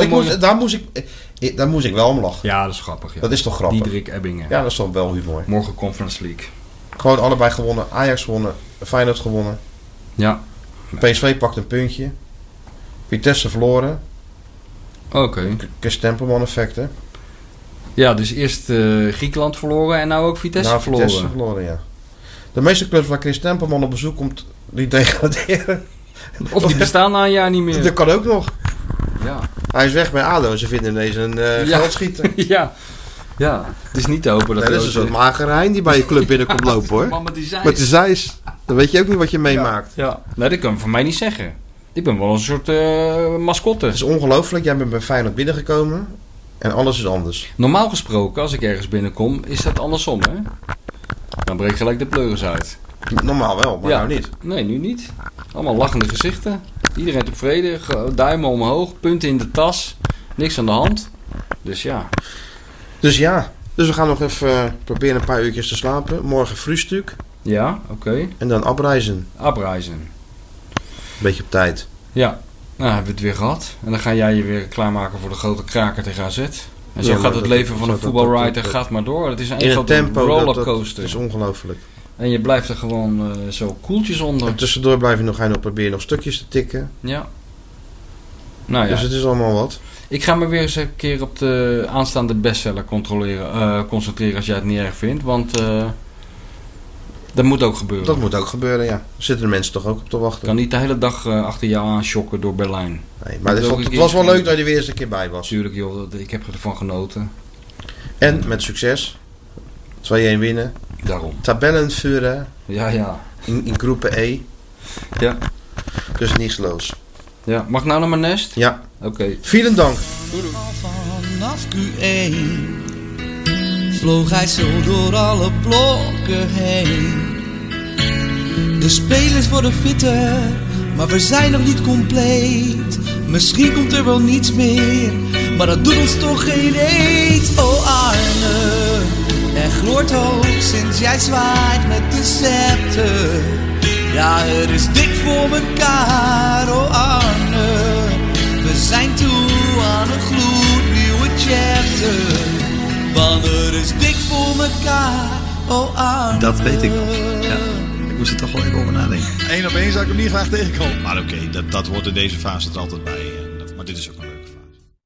Daar moest ik wel om lachen. Ja, dat is grappig. Ja. Dat is toch grappig? Diederik Ebbingen. Ja, dat is toch wel humor. Morgen Conference League. Gewoon allebei gewonnen. Ajax gewonnen. Feyenoord gewonnen. Ja. PSV pakt een puntje. Vitesse verloren. Oké. Chris Tempelman effect, hè? Ja, dus eerst Griekenland verloren en nou ook Vitesse verloren. Vitesse verloren, ja. De meeste clubs waar Chris Tempelman op bezoek komt, die degraderen. Of die bestaan na een jaar niet meer. Dat kan ook nog. Ja. Hij is weg bij ADO. Ze vinden ineens een geldschieter. Ja. Het is niet te hopen dat... Nee, dat is een soort magere hein die bij je club binnenkomt lopen, hoor. Man met die zeis. Dan weet je ook niet wat je meemaakt. Ja. Nee, dat kan je voor mij niet zeggen. Ik ben wel een soort mascotte. Het is ongelooflijk. Jij bent bij Feyenoord binnengekomen. En alles is anders. Normaal gesproken, als ik ergens binnenkom, is dat andersom, hè? Dan breek gelijk de pleuris uit. Normaal wel, maar nou niet. Nee, nu niet. Allemaal lachende gezichten. Iedereen tevreden. Duimen omhoog. Punten in de tas. Niks aan de hand. Dus ja. Dus we gaan nog even proberen een paar uurtjes te slapen. Morgen frühstuk. Ja, oké. En dan abreizen. Beetje op tijd. Ja. Nou, hebben we het weer gehad. En dan ga jij je weer klaarmaken voor de grote kraker tegen AZ. En zo gaat het leven van een voetbalwriter gaat maar door. Het is een grote rollercoaster. Dat is ongelooflijk. En je blijft er gewoon zo koeltjes onder. En tussendoor ga je nog proberen nog stukjes te tikken. Ja. Nou ja. Dus het is allemaal wat. Ik ga me weer eens een keer op de aanstaande bestseller concentreren als jij het niet erg vindt. Want dat moet ook gebeuren. Dat moet ook gebeuren, ja. Er zitten de mensen toch ook op te wachten. Ik kan niet de hele dag achter jou aanschokken door Berlijn. Nee, maar het was wel leuk dat je er weer eens een keer bij was. Tuurlijk joh, ik heb ervan genoten. En met succes. 2-1 winnen. Daarom. Tabellenführer. Ja. In groepen E. Ja. Dus nietsloos. Ja, mag ik nou naar mijn nest? Ja. Oké. Vielen dank. Vanaf Q1 vloog hij zo door alle blokken heen. De spelers worden fitter, maar we zijn nog niet compleet. Misschien komt er wel niets meer, maar dat doet ons toch geen eet. Oh Arne, er gloort hoop sinds jij zwaait met de scepter. Ja, het is dik voor mekaar, oh Arne. We zijn toe aan een gloednieuwe chapter. Want het is dik voor mekaar, oh Arne. Dat weet ik nog, ja. Ik moest er toch wel even over nadenken. 1 op 1 zou ik hem niet graag tegenkomen. Maar oké, dat hoort in deze fase er altijd bij. Maar dit is ook wel leuk.